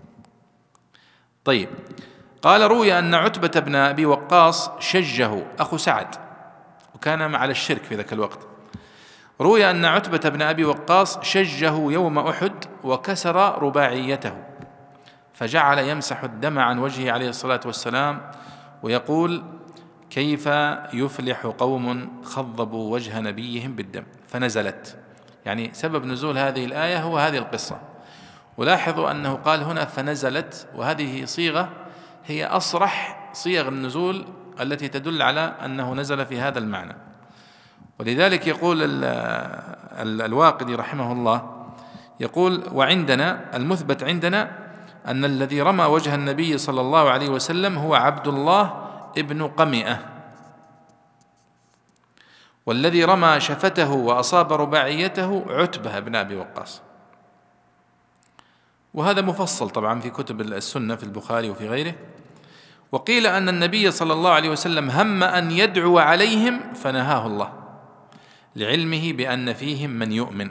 طيب، قال روي أن عتبة بن أبي وقاص شجه أخو سعد، وكان على الشرك في ذاك الوقت. روي أن عتبة بن أبي وقاص شجه يوم أحد وكسر رباعيته، فجعل يمسح الدم عن وجهه عليه الصلاة والسلام ويقول كيف يفلح قوم خضبوا وجه نبيهم بالدم، فنزلت. يعني سبب نزول هذه الآية هو هذه القصة. ولاحظوا أنه قال هنا فنزلت، وهذه صيغة هي أصرح صيغ النزول التي تدل على أنه نزل في هذا المعنى. ولذلك يقول الواقدي رحمه الله، يقول وعندنا المثبت عندنا أن الذي رمى وجه النبي صلى الله عليه وسلم هو عبد الله ابن قمئة، والذي رمى شفته وأصاب رباعيته عتبة بن أبي وقاص. وهذا مفصل طبعا في كتب السنة في البخاري وفي غيره. وقيل أن النبي صلى الله عليه وسلم هم أن يدعو عليهم فنهاه الله لعلمه بأن فيهم من يؤمن.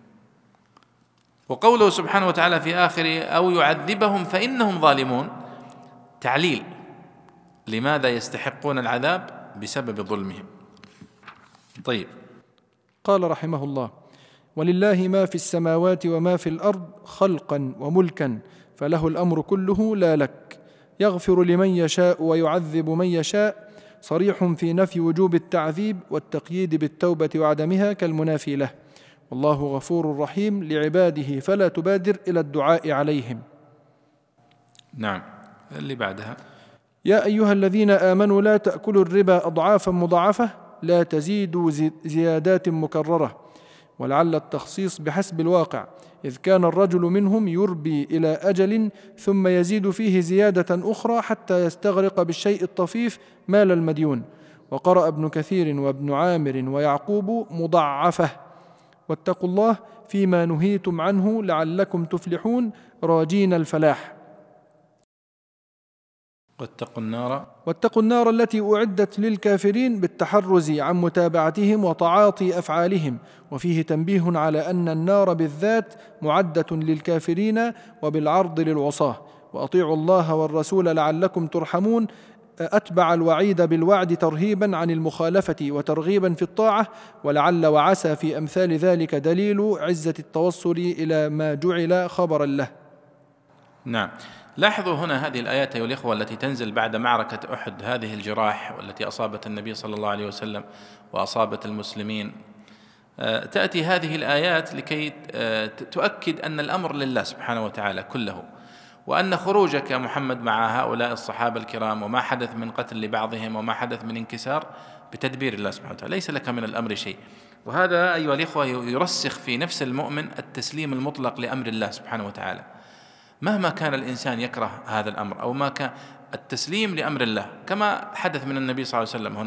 وقوله سبحانه وتعالى في آخره أو يعذبهم فإنهم ظالمون، تعليل لماذا يستحقون العذاب بسبب ظلمهم. طيب، قال رحمه الله ولله ما في السماوات وما في الأرض خلقا وملكا فله الأمر كله لا لك، يغفر لمن يشاء ويعذب من يشاء، صريح في نفي وجوب التعذيب والتقييد بالتوبة وعدمها كالمنافي له، والله غفور رحيم لعباده فلا تبادر إلى الدعاء عليهم. نعم، اللي بعدها يا أيها الذين آمنوا لا تأكلوا الربا أضعافا مضاعفة لا تزيدوا زيادات مكررة، ولعل التخصيص بحسب الواقع، إذ كان الرجل منهم يربي إلى أجل ثم يزيد فيه زيادة أخرى حتى يستغرق بالشيء الطفيف مال المديون. وقرأ ابن كثير وابن عامر ويعقوب مضعفة، واتقوا الله فيما نهيتم عنه لعلكم تفلحون راجين الفلاح. واتقوا النار واتقوا النار التي أعدت للكافرين بالتحرز عن متابعتهم وتعاطي أفعالهم. وفيه تنبيه على أن النار بالذات معدة للكافرين وبالعرض للعصاة. وأطيعوا الله والرسول لعلكم ترحمون أتبع الوعيد بالوعد ترهيبا عن المخالفة وترغيبا في الطاعة، ولعل وعسى في أمثال ذلك دليل عزة التوصل إلى ما جعل خبرا له. نعم، لاحظوا هنا هذه الآيات أيها الإخوة التي تنزل بعد معركة أحد، هذه الجراح والتي أصابت النبي صلى الله عليه وسلم وأصابت المسلمين. تأتي هذه الآيات لكي تؤكد أن الأمر لله سبحانه وتعالى كله، وأن خروجك يا محمد مع هؤلاء الصحابة الكرام وما حدث من قتل لبعضهم وما حدث من انكسار بتدبير الله سبحانه وتعالى، ليس لك من الأمر شيء. وهذا أيها الإخوة يرسخ في نفس المؤمن التسليم المطلق لأمر الله سبحانه وتعالى، مهما كان الإنسان يكره هذا الأمر أو ما كان، التسليم لأمر الله كما حدث من النبي صلى الله عليه وسلم هنا.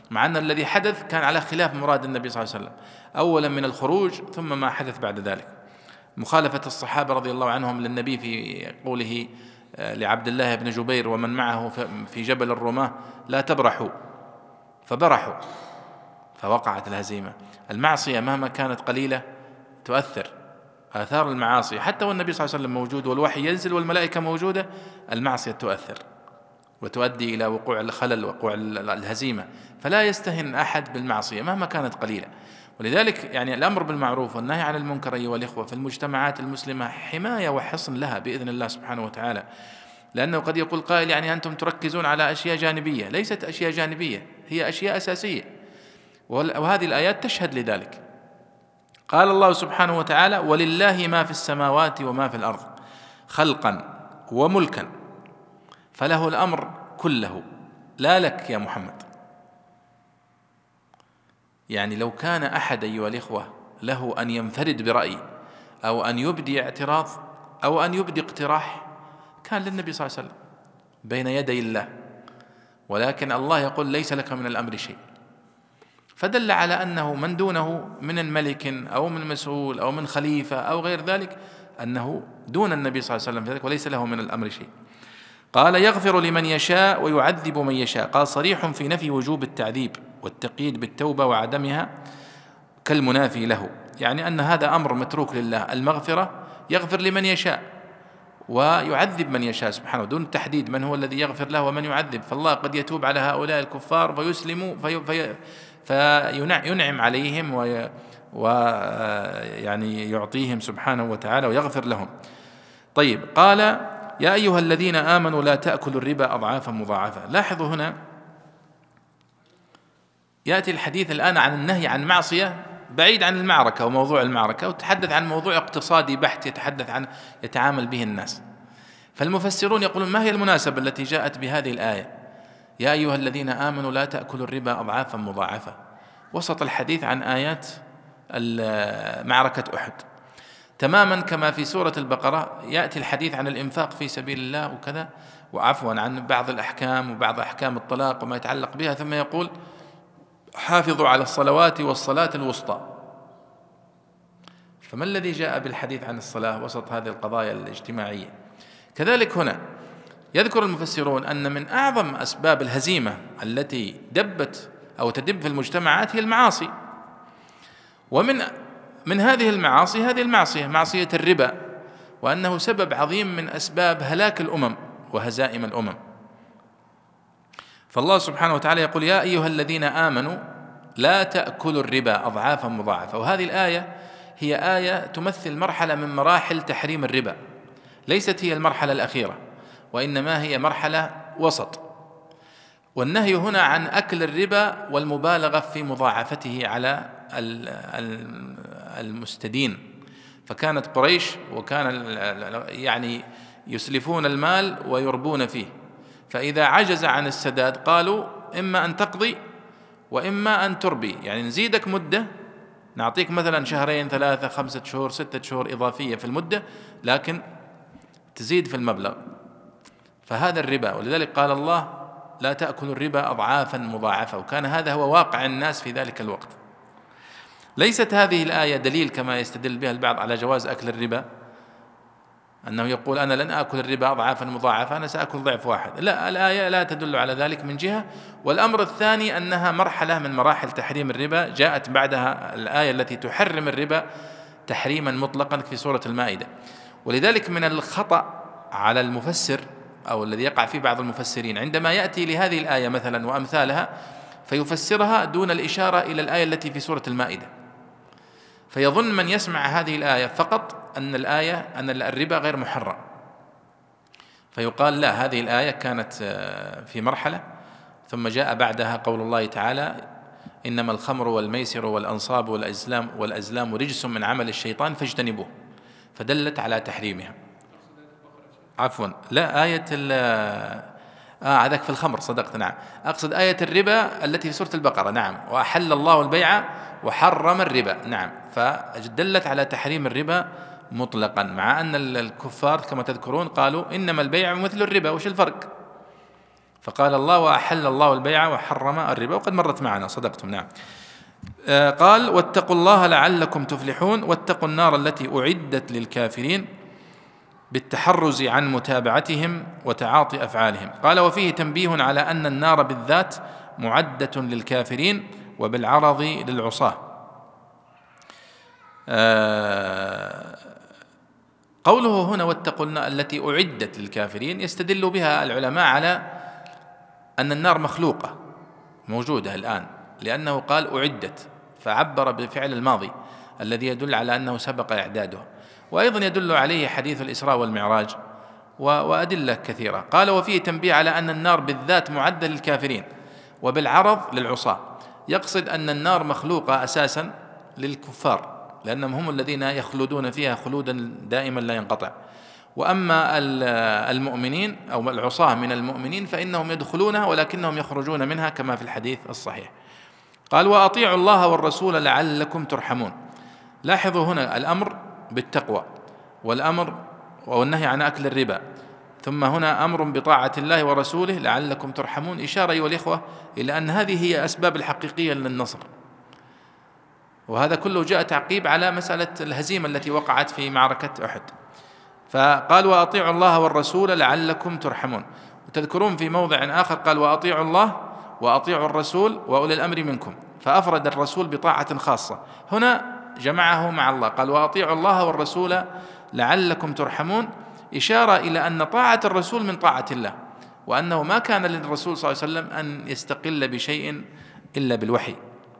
مع أن الذي حدث كان على خلاف مراد النبي صلى الله عليه وسلم، أولا من الخروج ثم ما حدث بعد ذلك، مخالفة الصحابة رضي الله عنهم للنبي في قوله لعبد الله بن جبير ومن معه في جبل الرماة لا تبرحوا، فبرحوا فوقعت الهزيمة. المعصية مهما كانت قليلة تؤثر، آثار المعاصي حتى والنبي صلى الله عليه وسلم موجود والوحي ينزل والملائكة موجودة، المعصية تؤثر وتؤدي إلى وقوع الخلل وقوع الهزيمة، فلا يستهن أحد بالمعصية مهما كانت قليلة. ولذلك يعني الأمر بالمعروف والنهي عن المنكر أيها الإخوة في المجتمعات المسلمة حماية وحصن لها بإذن الله سبحانه وتعالى، لأنه قد يقول قائل يعني أنتم تركزون على أشياء جانبية، ليست أشياء جانبية، هي أشياء أساسية، وهذه الآيات تشهد لذلك. قال الله سبحانه وتعالى: ولله ما في السماوات وما في الأرض خلقا وملكا فله الأمر كله لا لك يا محمد. يعني لو كان أحد أيها الإخوة له أن ينفرد برأي أو أن يبدي اعتراض أو أن يبدي اقتراح كان للنبي صلى الله عليه وسلم بين يدي الله، ولكن الله يقول ليس لك من الأمر شيء، فدل على أنه من دونه من الملك أو من مسؤول أو من خليفة أو غير ذلك أنه دون النبي صلى الله عليه وسلم وليس له من الأمر شيء. قال: يغفر لمن يشاء ويعذب من يشاء. قال صريح في نفي وجوب التعذيب والتقييد بالتوبة وعدمها كالمنافي له، يعني أن هذا أمر متروك لله، المغفرة يغفر لمن يشاء ويعذب من يشاء سبحانه دون تحديد من هو الذي يغفر له ومن يعذب، فالله قد يتوب على هؤلاء الكفار فيسلموا في في فينعم عليهم ويعني يعطيهم سبحانه وتعالى ويغفر لهم. طيب، قال: يا أيها الذين آمنوا لا تأكلوا الربا أضعافا مضاعفة. لاحظوا هنا يأتي الحديث الآن عن النهي عن معصية بعيد عن المعركة وموضوع المعركة، وتحدث عن موضوع اقتصادي بحت يتحدث عن يتعامل به الناس. فالمفسرون يقولون: ما هي المناسبة التي جاءت بهذه الآية يا أيها الذين آمنوا لا تأكلوا الربا أضعافا مضاعفة وسط الحديث عن آيات معركة أحد؟ تماما كما في سورة البقرة يأتي الحديث عن الإنفاق في سبيل الله وكذا، وعفوا عن بعض الأحكام وبعض أحكام الطلاق وما يتعلق بها، ثم يقول: حافظوا على الصلوات والصلاة الوسطى. فما الذي جاء بالحديث عن الصلاة وسط هذه القضايا الاجتماعية؟ كذلك هنا يذكر المفسرون أن من أعظم أسباب الهزيمة التي دبت أو تدب في المجتمعات هي المعاصي، ومن من هذه المعاصي هذه المعصية معصية الربا، وأنه سبب عظيم من أسباب هلاك الأمم وهزائم الأمم. فالله سبحانه وتعالى يقول: يا أيها الذين آمنوا لا تأكلوا الربا أضعافا مضاعفة. وهذه الآية هي آية تمثل مرحلة من مراحل تحريم الربا، ليست هي المرحلة الأخيرة، وإنما هي مرحلة وسط. والنهي هنا عن أكل الربا والمبالغة في مضاعفته على المستدين. فكانت قريش وكان يعني يسلفون المال ويربون فيه، فإذا عجز عن السداد قالوا: إما أن تقضي وإما أن تربي، يعني نزيدك مدة، نعطيك مثلا شهرين ثلاثة خمسة شهور ستة شهور إضافية في المدة، لكن تزيد في المبلغ. فهذا الربا، ولذلك قال الله: لا تأكلوا الربا أضعافا مضاعفة، وكان هذا هو واقع الناس في ذلك الوقت. ليست هذه الآية دليل كما يستدل بها البعض على جواز أكل الربا، أنه يقول: أنا لن أكل الربا أضعافا مضاعفة، أنا سأكل ضعف واحد. لا، الآية لا تدل على ذلك من جهة. والأمر الثاني أنها مرحلة من مراحل تحريم الربا، جاءت بعدها الآية التي تحرم الربا تحريما مطلقا في سورة المائدة. ولذلك من الخطأ على المفسر أو الذي يقع فيه بعض المفسرين عندما يأتي لهذه الآية مثلا وأمثالها فيفسرها دون الإشارة إلى الآية التي في سورة المائدة، فيظن من يسمع هذه الآية فقط أن الآية أن الربا غير محرم، فيقال: لا، هذه الآية كانت في مرحلة ثم جاء بعدها قول الله تعالى: إنما الخمر والميسر والأنصاب والأزلام والأزلام رجس من عمل الشيطان فاجتنبوه، فدلت على تحريمها. عفوا لا، آية آه هذاك في الخمر، صدقت، نعم، أقصد آية الربا التي في سورة البقرة، نعم، وأحل الله البيع وحرم الربا، نعم، فدلت على تحريم الربا مطلقا، مع أن الكفار كما تذكرون قالوا: إنما البيع مثل الربا، وش الفرق؟ فقال الله وأحل الله البيع وحرم الربا، وقد مرت معنا، صدقتم. نعم. آه قال واتقوا الله لعلكم تفلحون، واتقوا النار التي أعدت للكافرين، بالتحرز عن متابعتهم وتعاطي أفعالهم. قال وفيه تنبيه على أن النار بالذات معدة للكافرين وبالعرض للعصاة. آه قوله هنا واتقوا النار التي أعدت للكافرين يستدل بها العلماء على أن النار مخلوقة موجودة الآن، لأنه قال أعدت، فعبر بفعل الماضي الذي يدل على أنه سبق إعداده. وأيضا يدل عليه حديث الإسراء والمعراج وأدلة كثيرة. قال وفيه تنبيه على أن النار بالذات معدة للكافرين وبالعرض للعصاة، يقصد أن النار مخلوقة أساسا للكفار، لأنهم هم الذين يخلدون فيها خلودا دائما لا ينقطع. وأما المؤمنين أو العصاة من المؤمنين فإنهم يدخلونها ولكنهم يخرجون منها كما في الحديث الصحيح. قال وأطيعوا الله والرسول لعلكم ترحمون. لاحظوا هنا الأمر بالتقوى والأمر والنهي عن أكل الربا، ثم هنا أمر بطاعة الله ورسوله لعلكم ترحمون، إشارة أيها الإخوة إلى أن هذه هي أسباب الحقيقية للنصر. وهذا كله جاء تعقيب على مسألة الهزيمة التي وقعت في معركة أحد. فقال وأطيعوا الله والرسول لعلكم ترحمون. وتذكرون في موضع آخر قال وأطيعوا الله وأطيعوا الرسول وأولي الأمر منكم، فأفرد الرسول بطاعة خاصة. هنا جمعه مع الله، قال وأطيعوا الله والرسول لعلكم ترحمون، إشارة إلى أن طاعة الرسول من طاعة الله، وأنه ما كان للرسول صلى الله عليه وسلم أن يستقل بشيء إلا بالوحي.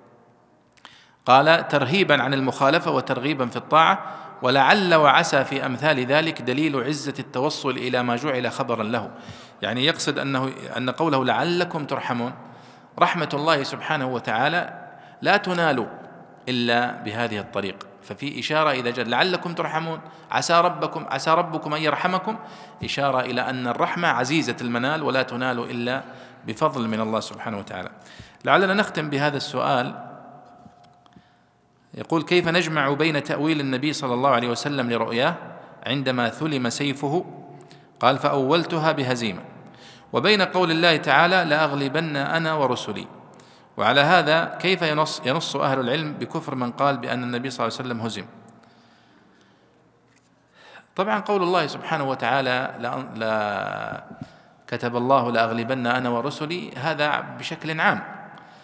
قال ترهيبا عن المخالفة وترغيبا في الطاعة. ولعل وعسى في أمثال ذلك دليل عزة التوصل إلى ما جعل خبرا له، يعني يقصد أنه أن قوله لعلكم ترحمون، رحمة الله سبحانه وتعالى لا تنال إلا بهذه الطريق. ففي إشارة إذا جاء لعلكم ترحمون، عسى ربكم عسى ربكم أن يرحمكم، إشارة إلى أن الرحمة عزيزة المنال ولا تنال إلا بفضل من الله سبحانه وتعالى. لعلنا نختم بهذا السؤال. يقول كيف نجمع بين تأويل النبي صلى الله عليه وسلم لرؤياه عندما ثلم سيفه، قال فأولتها بهزيمة، وبين قول الله تعالى لأغلبن أنا ورسلي، وعلى هذا كيف ينص, ينص أهل العلم بكفر من قال بأن النبي صلى الله عليه وسلم هزم؟ طبعا قول الله سبحانه وتعالى لا, لا كتب الله لأغلبن أنا ورسلي، هذا بشكل عام،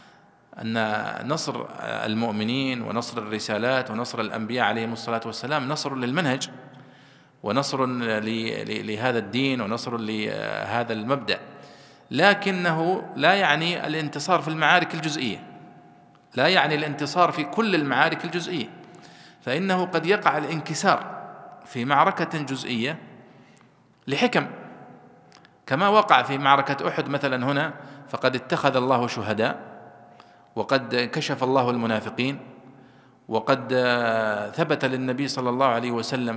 أن نصر المؤمنين ونصر الرسالات ونصر الأنبياء عليهم الصلاة والسلام نصر للمنهج ونصر لهذا الدين ونصر لهذا المبدأ، لكنه لا يعني الانتصار في المعارك الجزئية، لا يعني الانتصار في كل المعارك الجزئية، فإنه قد يقع الانكسار في معركة جزئية لحكم، كما وقع في معركة أحد مثلا هنا، فقد اتخذ الله شهداء، وقد كشف الله المنافقين، وقد ثبت للنبي صلى الله عليه وسلم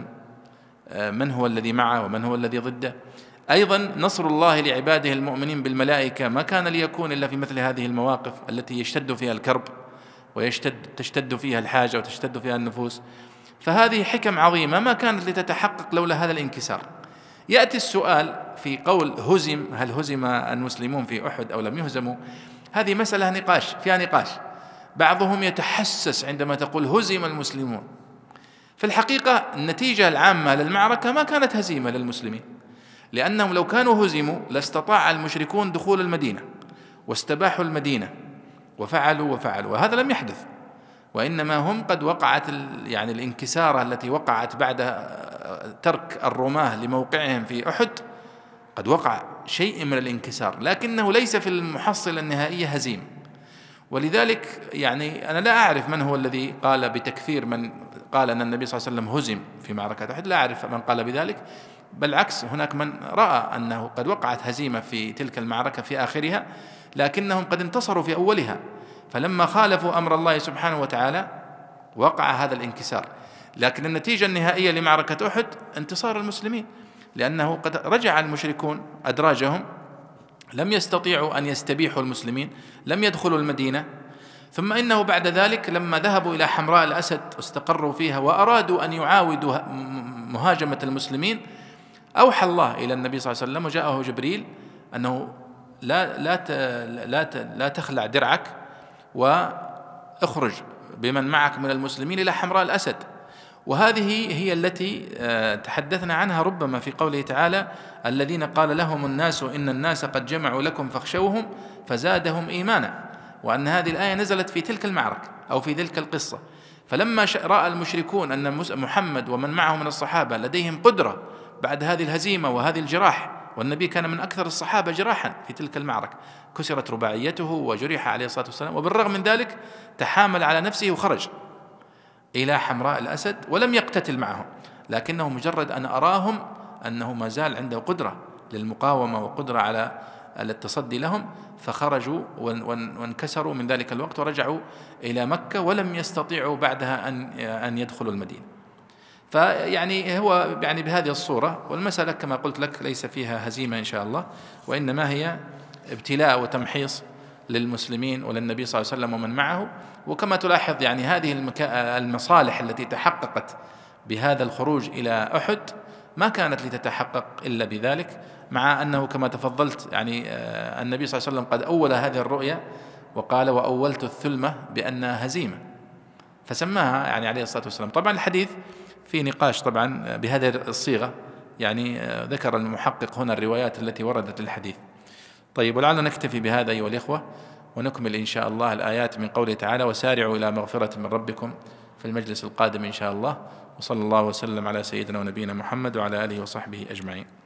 من هو الذي معه ومن هو الذي ضده. أيضا نصر الله لعباده المؤمنين بالملائكة ما كان ليكون إلا في مثل هذه المواقف التي يشتد فيها الكرب ويشتد تشتد فيها الحاجة وتشتد فيها النفوس، فهذه حكم عظيمة ما كانت لتتحقق لولا هذا الانكسار. يأتي السؤال في قول هزم، هل هزم المسلمون في أحد أو لم يهزموا؟ هذه مسألة نقاش فيها نقاش، بعضهم يتحسس عندما تقول هزم المسلمون. في الحقيقة النتيجة العامة للمعركة ما كانت هزيمة للمسلمين، لأنهم لو كانوا هزموا لاستطاع المشركون دخول المدينة واستباحوا المدينة وفعلوا وفعلوا، وهذا لم يحدث، وإنما هم قد وقعت يعني الانكسارة التي وقعت بعد ترك الرماة لموقعهم في أحد، قد وقع شيء من الانكسار، لكنه ليس في المحصلة النهائية هزيمة. ولذلك يعني أنا لا أعرف من هو الذي قال بتكفير من قال أن النبي صلى الله عليه وسلم هزم في معركة أحد، لا أعرف من قال بذلك، بالعكس هناك من رأى أنه قد وقعت هزيمة في تلك المعركة في آخرها، لكنهم قد انتصروا في أولها، فلما خالفوا أمر الله سبحانه وتعالى وقع هذا الانكسار. لكن النتيجة النهائية لمعركة أحد انتصار المسلمين، لأنه قد رجع المشركون أدراجهم، لم يستطيعوا أن يستبيحوا المسلمين، لم يدخلوا المدينة، ثم إنه بعد ذلك لما ذهبوا إلى حمراء الأسد واستقروا فيها وأرادوا أن يعاودوا مهاجمة المسلمين، أوحى الله إلى النبي صلى الله عليه وسلم وجاءه جبريل أنه لا لا لا لا تخلع درعك واخرج بمن معك من المسلمين إلى حمراء الأسد. وهذه هي التي تحدثنا عنها ربما في قوله تعالى: الذين قال لهم الناس إن الناس قد جمعوا لكم فاخشوهم فزادهم إيمانا، وأن هذه الآية نزلت في تلك المعركة أو في تلك القصة. فلما رأى المشركون أن محمد ومن معه من الصحابة لديهم قدرة بعد هذه الهزيمة وهذه الجراح، والنبي كان من أكثر الصحابة جراحا في تلك المعركة، كسرت رباعيته وجرح عليه الصلاة والسلام، وبالرغم من ذلك تحامل على نفسه وخرج إلى حمراء الأسد ولم يقتتل معهم، لكنه مجرد أن أراهم أنه ما زال عنده قدرة للمقاومة وقدرة على التصدي لهم، فخرجوا وانكسروا من ذلك الوقت ورجعوا إلى مكة ولم يستطيعوا بعدها أن أن يدخلوا المدينة. فيعني هو يعني بهذه الصورة، والمسألة كما قلت لك ليس فيها هزيمة إن شاء الله، وإنما هي ابتلاء وتمحيص للمسلمين وللنبي صلى الله عليه وسلم ومن معه. وكما تلاحظ يعني هذه المصالح التي تحققت بهذا الخروج إلى أحد ما كانت لتتحقق إلا بذلك، مع أنه كما تفضلت يعني النبي صلى الله عليه وسلم قد أول هذه الرؤيا وقال: وأولت الثلمة بأنها هزيمة، فسماها يعني عليه الصلاة والسلام. طبعا الحديث في نقاش طبعا بهذه الصيغة، يعني ذكر المحقق هنا الروايات التي وردت للحديث. طيب، ولعلنا نكتفي بهذا أيها الإخوة، ونكمل إن شاء الله الآيات من قوله تعالى: وسارعوا إلى مغفرة من ربكم في المجلس القادم إن شاء الله. وصلى الله وسلم على سيدنا ونبينا محمد وعلى آله وصحبه أجمعين.